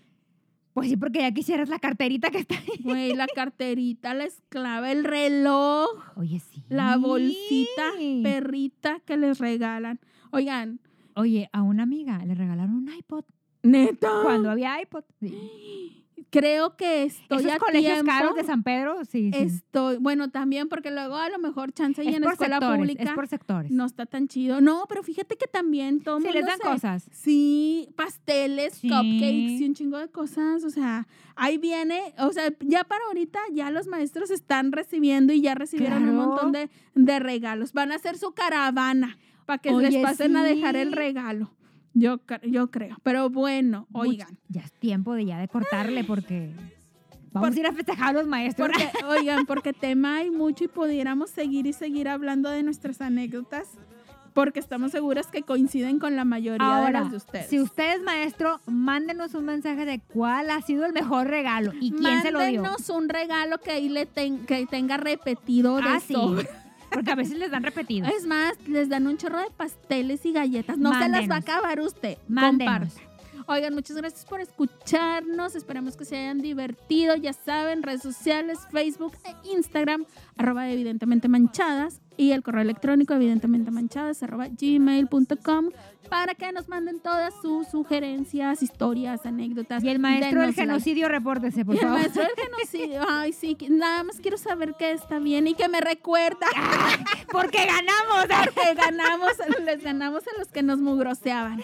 Pues sí, porque ya quisieras la carterita que está ahí. Güey, la carterita, la esclava, el reloj, Oye, sí. la bolsita perrita que les regalan. Oigan, Oye, a una amiga le regalaron un iPod neta. cuando había iPod. Sí. Creo que estoy Esos a colegios tiempo. caros de San Pedro, sí, sí. Estoy, bueno, también porque luego a lo mejor chance y es en por escuela sectores, pública es por sectores. no está tan chido. No, pero fíjate que también todo sí, mundo les dan se- cosas. Sí, pasteles, Sí. cupcakes y un chingo de cosas. O sea, ahí viene, o sea, ya para ahorita ya los maestros están recibiendo y ya recibieron un Claro. montón de, de regalos. Van a hacer su caravana para que Oye, les pasen a dejar el sí. regalo. Yo, cre- yo creo. Pero bueno, Much- oigan. Ya es tiempo de ya de cortarle porque vamos Por- a ir a festejar a los maestros. Porque, oigan, porque tema hay mucho y pudiéramos seguir y seguir hablando de nuestras anécdotas porque estamos seguras que coinciden con la mayoría de Ahora, las de ustedes. si usted es maestro, mándenos un mensaje de cuál ha sido el mejor regalo y quién se lo dio. Mándenos un regalo que ahí le ten- que tenga repetido de Ah, sí. sobra. Porque a veces les dan repetido. Es más, les dan un chorro de pasteles y galletas. No se las va a Mándenos. acabar usted. Mándenos. Comparta. Oigan, muchas gracias por escucharnos. Esperamos que se hayan divertido. Ya saben, redes sociales, Facebook e Instagram, arroba evidentemente manchadas. Y el correo electrónico, evidentemente manchadas, arroba gmail punto com, para que nos manden todas sus sugerencias, historias, anécdotas. Y el maestro del Denos like. genocidio, repórtese, por Y el favor. maestro del genocidio. Ay, sí, que- nada más quiero saber que está bien y que me recuerda. Porque ganamos. Porque ganamos, les ganamos a los que nos mugroseaban.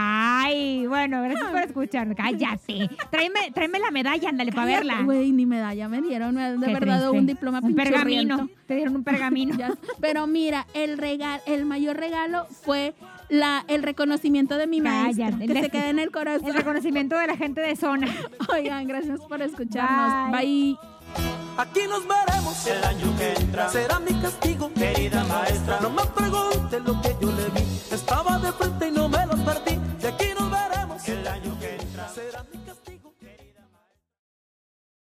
Ay, bueno, gracias por escucharme. Cállate. Tráeme, tráeme la medalla, ándale, para Cállate, verla. Güey, ni medalla me dieron, me han de Qué verdad triste. un diploma Un pergamino. pinchurriento. Te dieron un pergamino. Ya- Pero mira, el regal, el mayor regalo fue la, el reconocimiento de mi maestro. Cállate. Que El- se quede en el corazón. El reconocimiento de la gente de zona. Oigan, gracias por escucharnos. Bye. Bye. Aquí nos veremos El año que entra, será mi castigo. querida maestra, No me pregunte lo que yo le vi. Estaba de frente y no me lo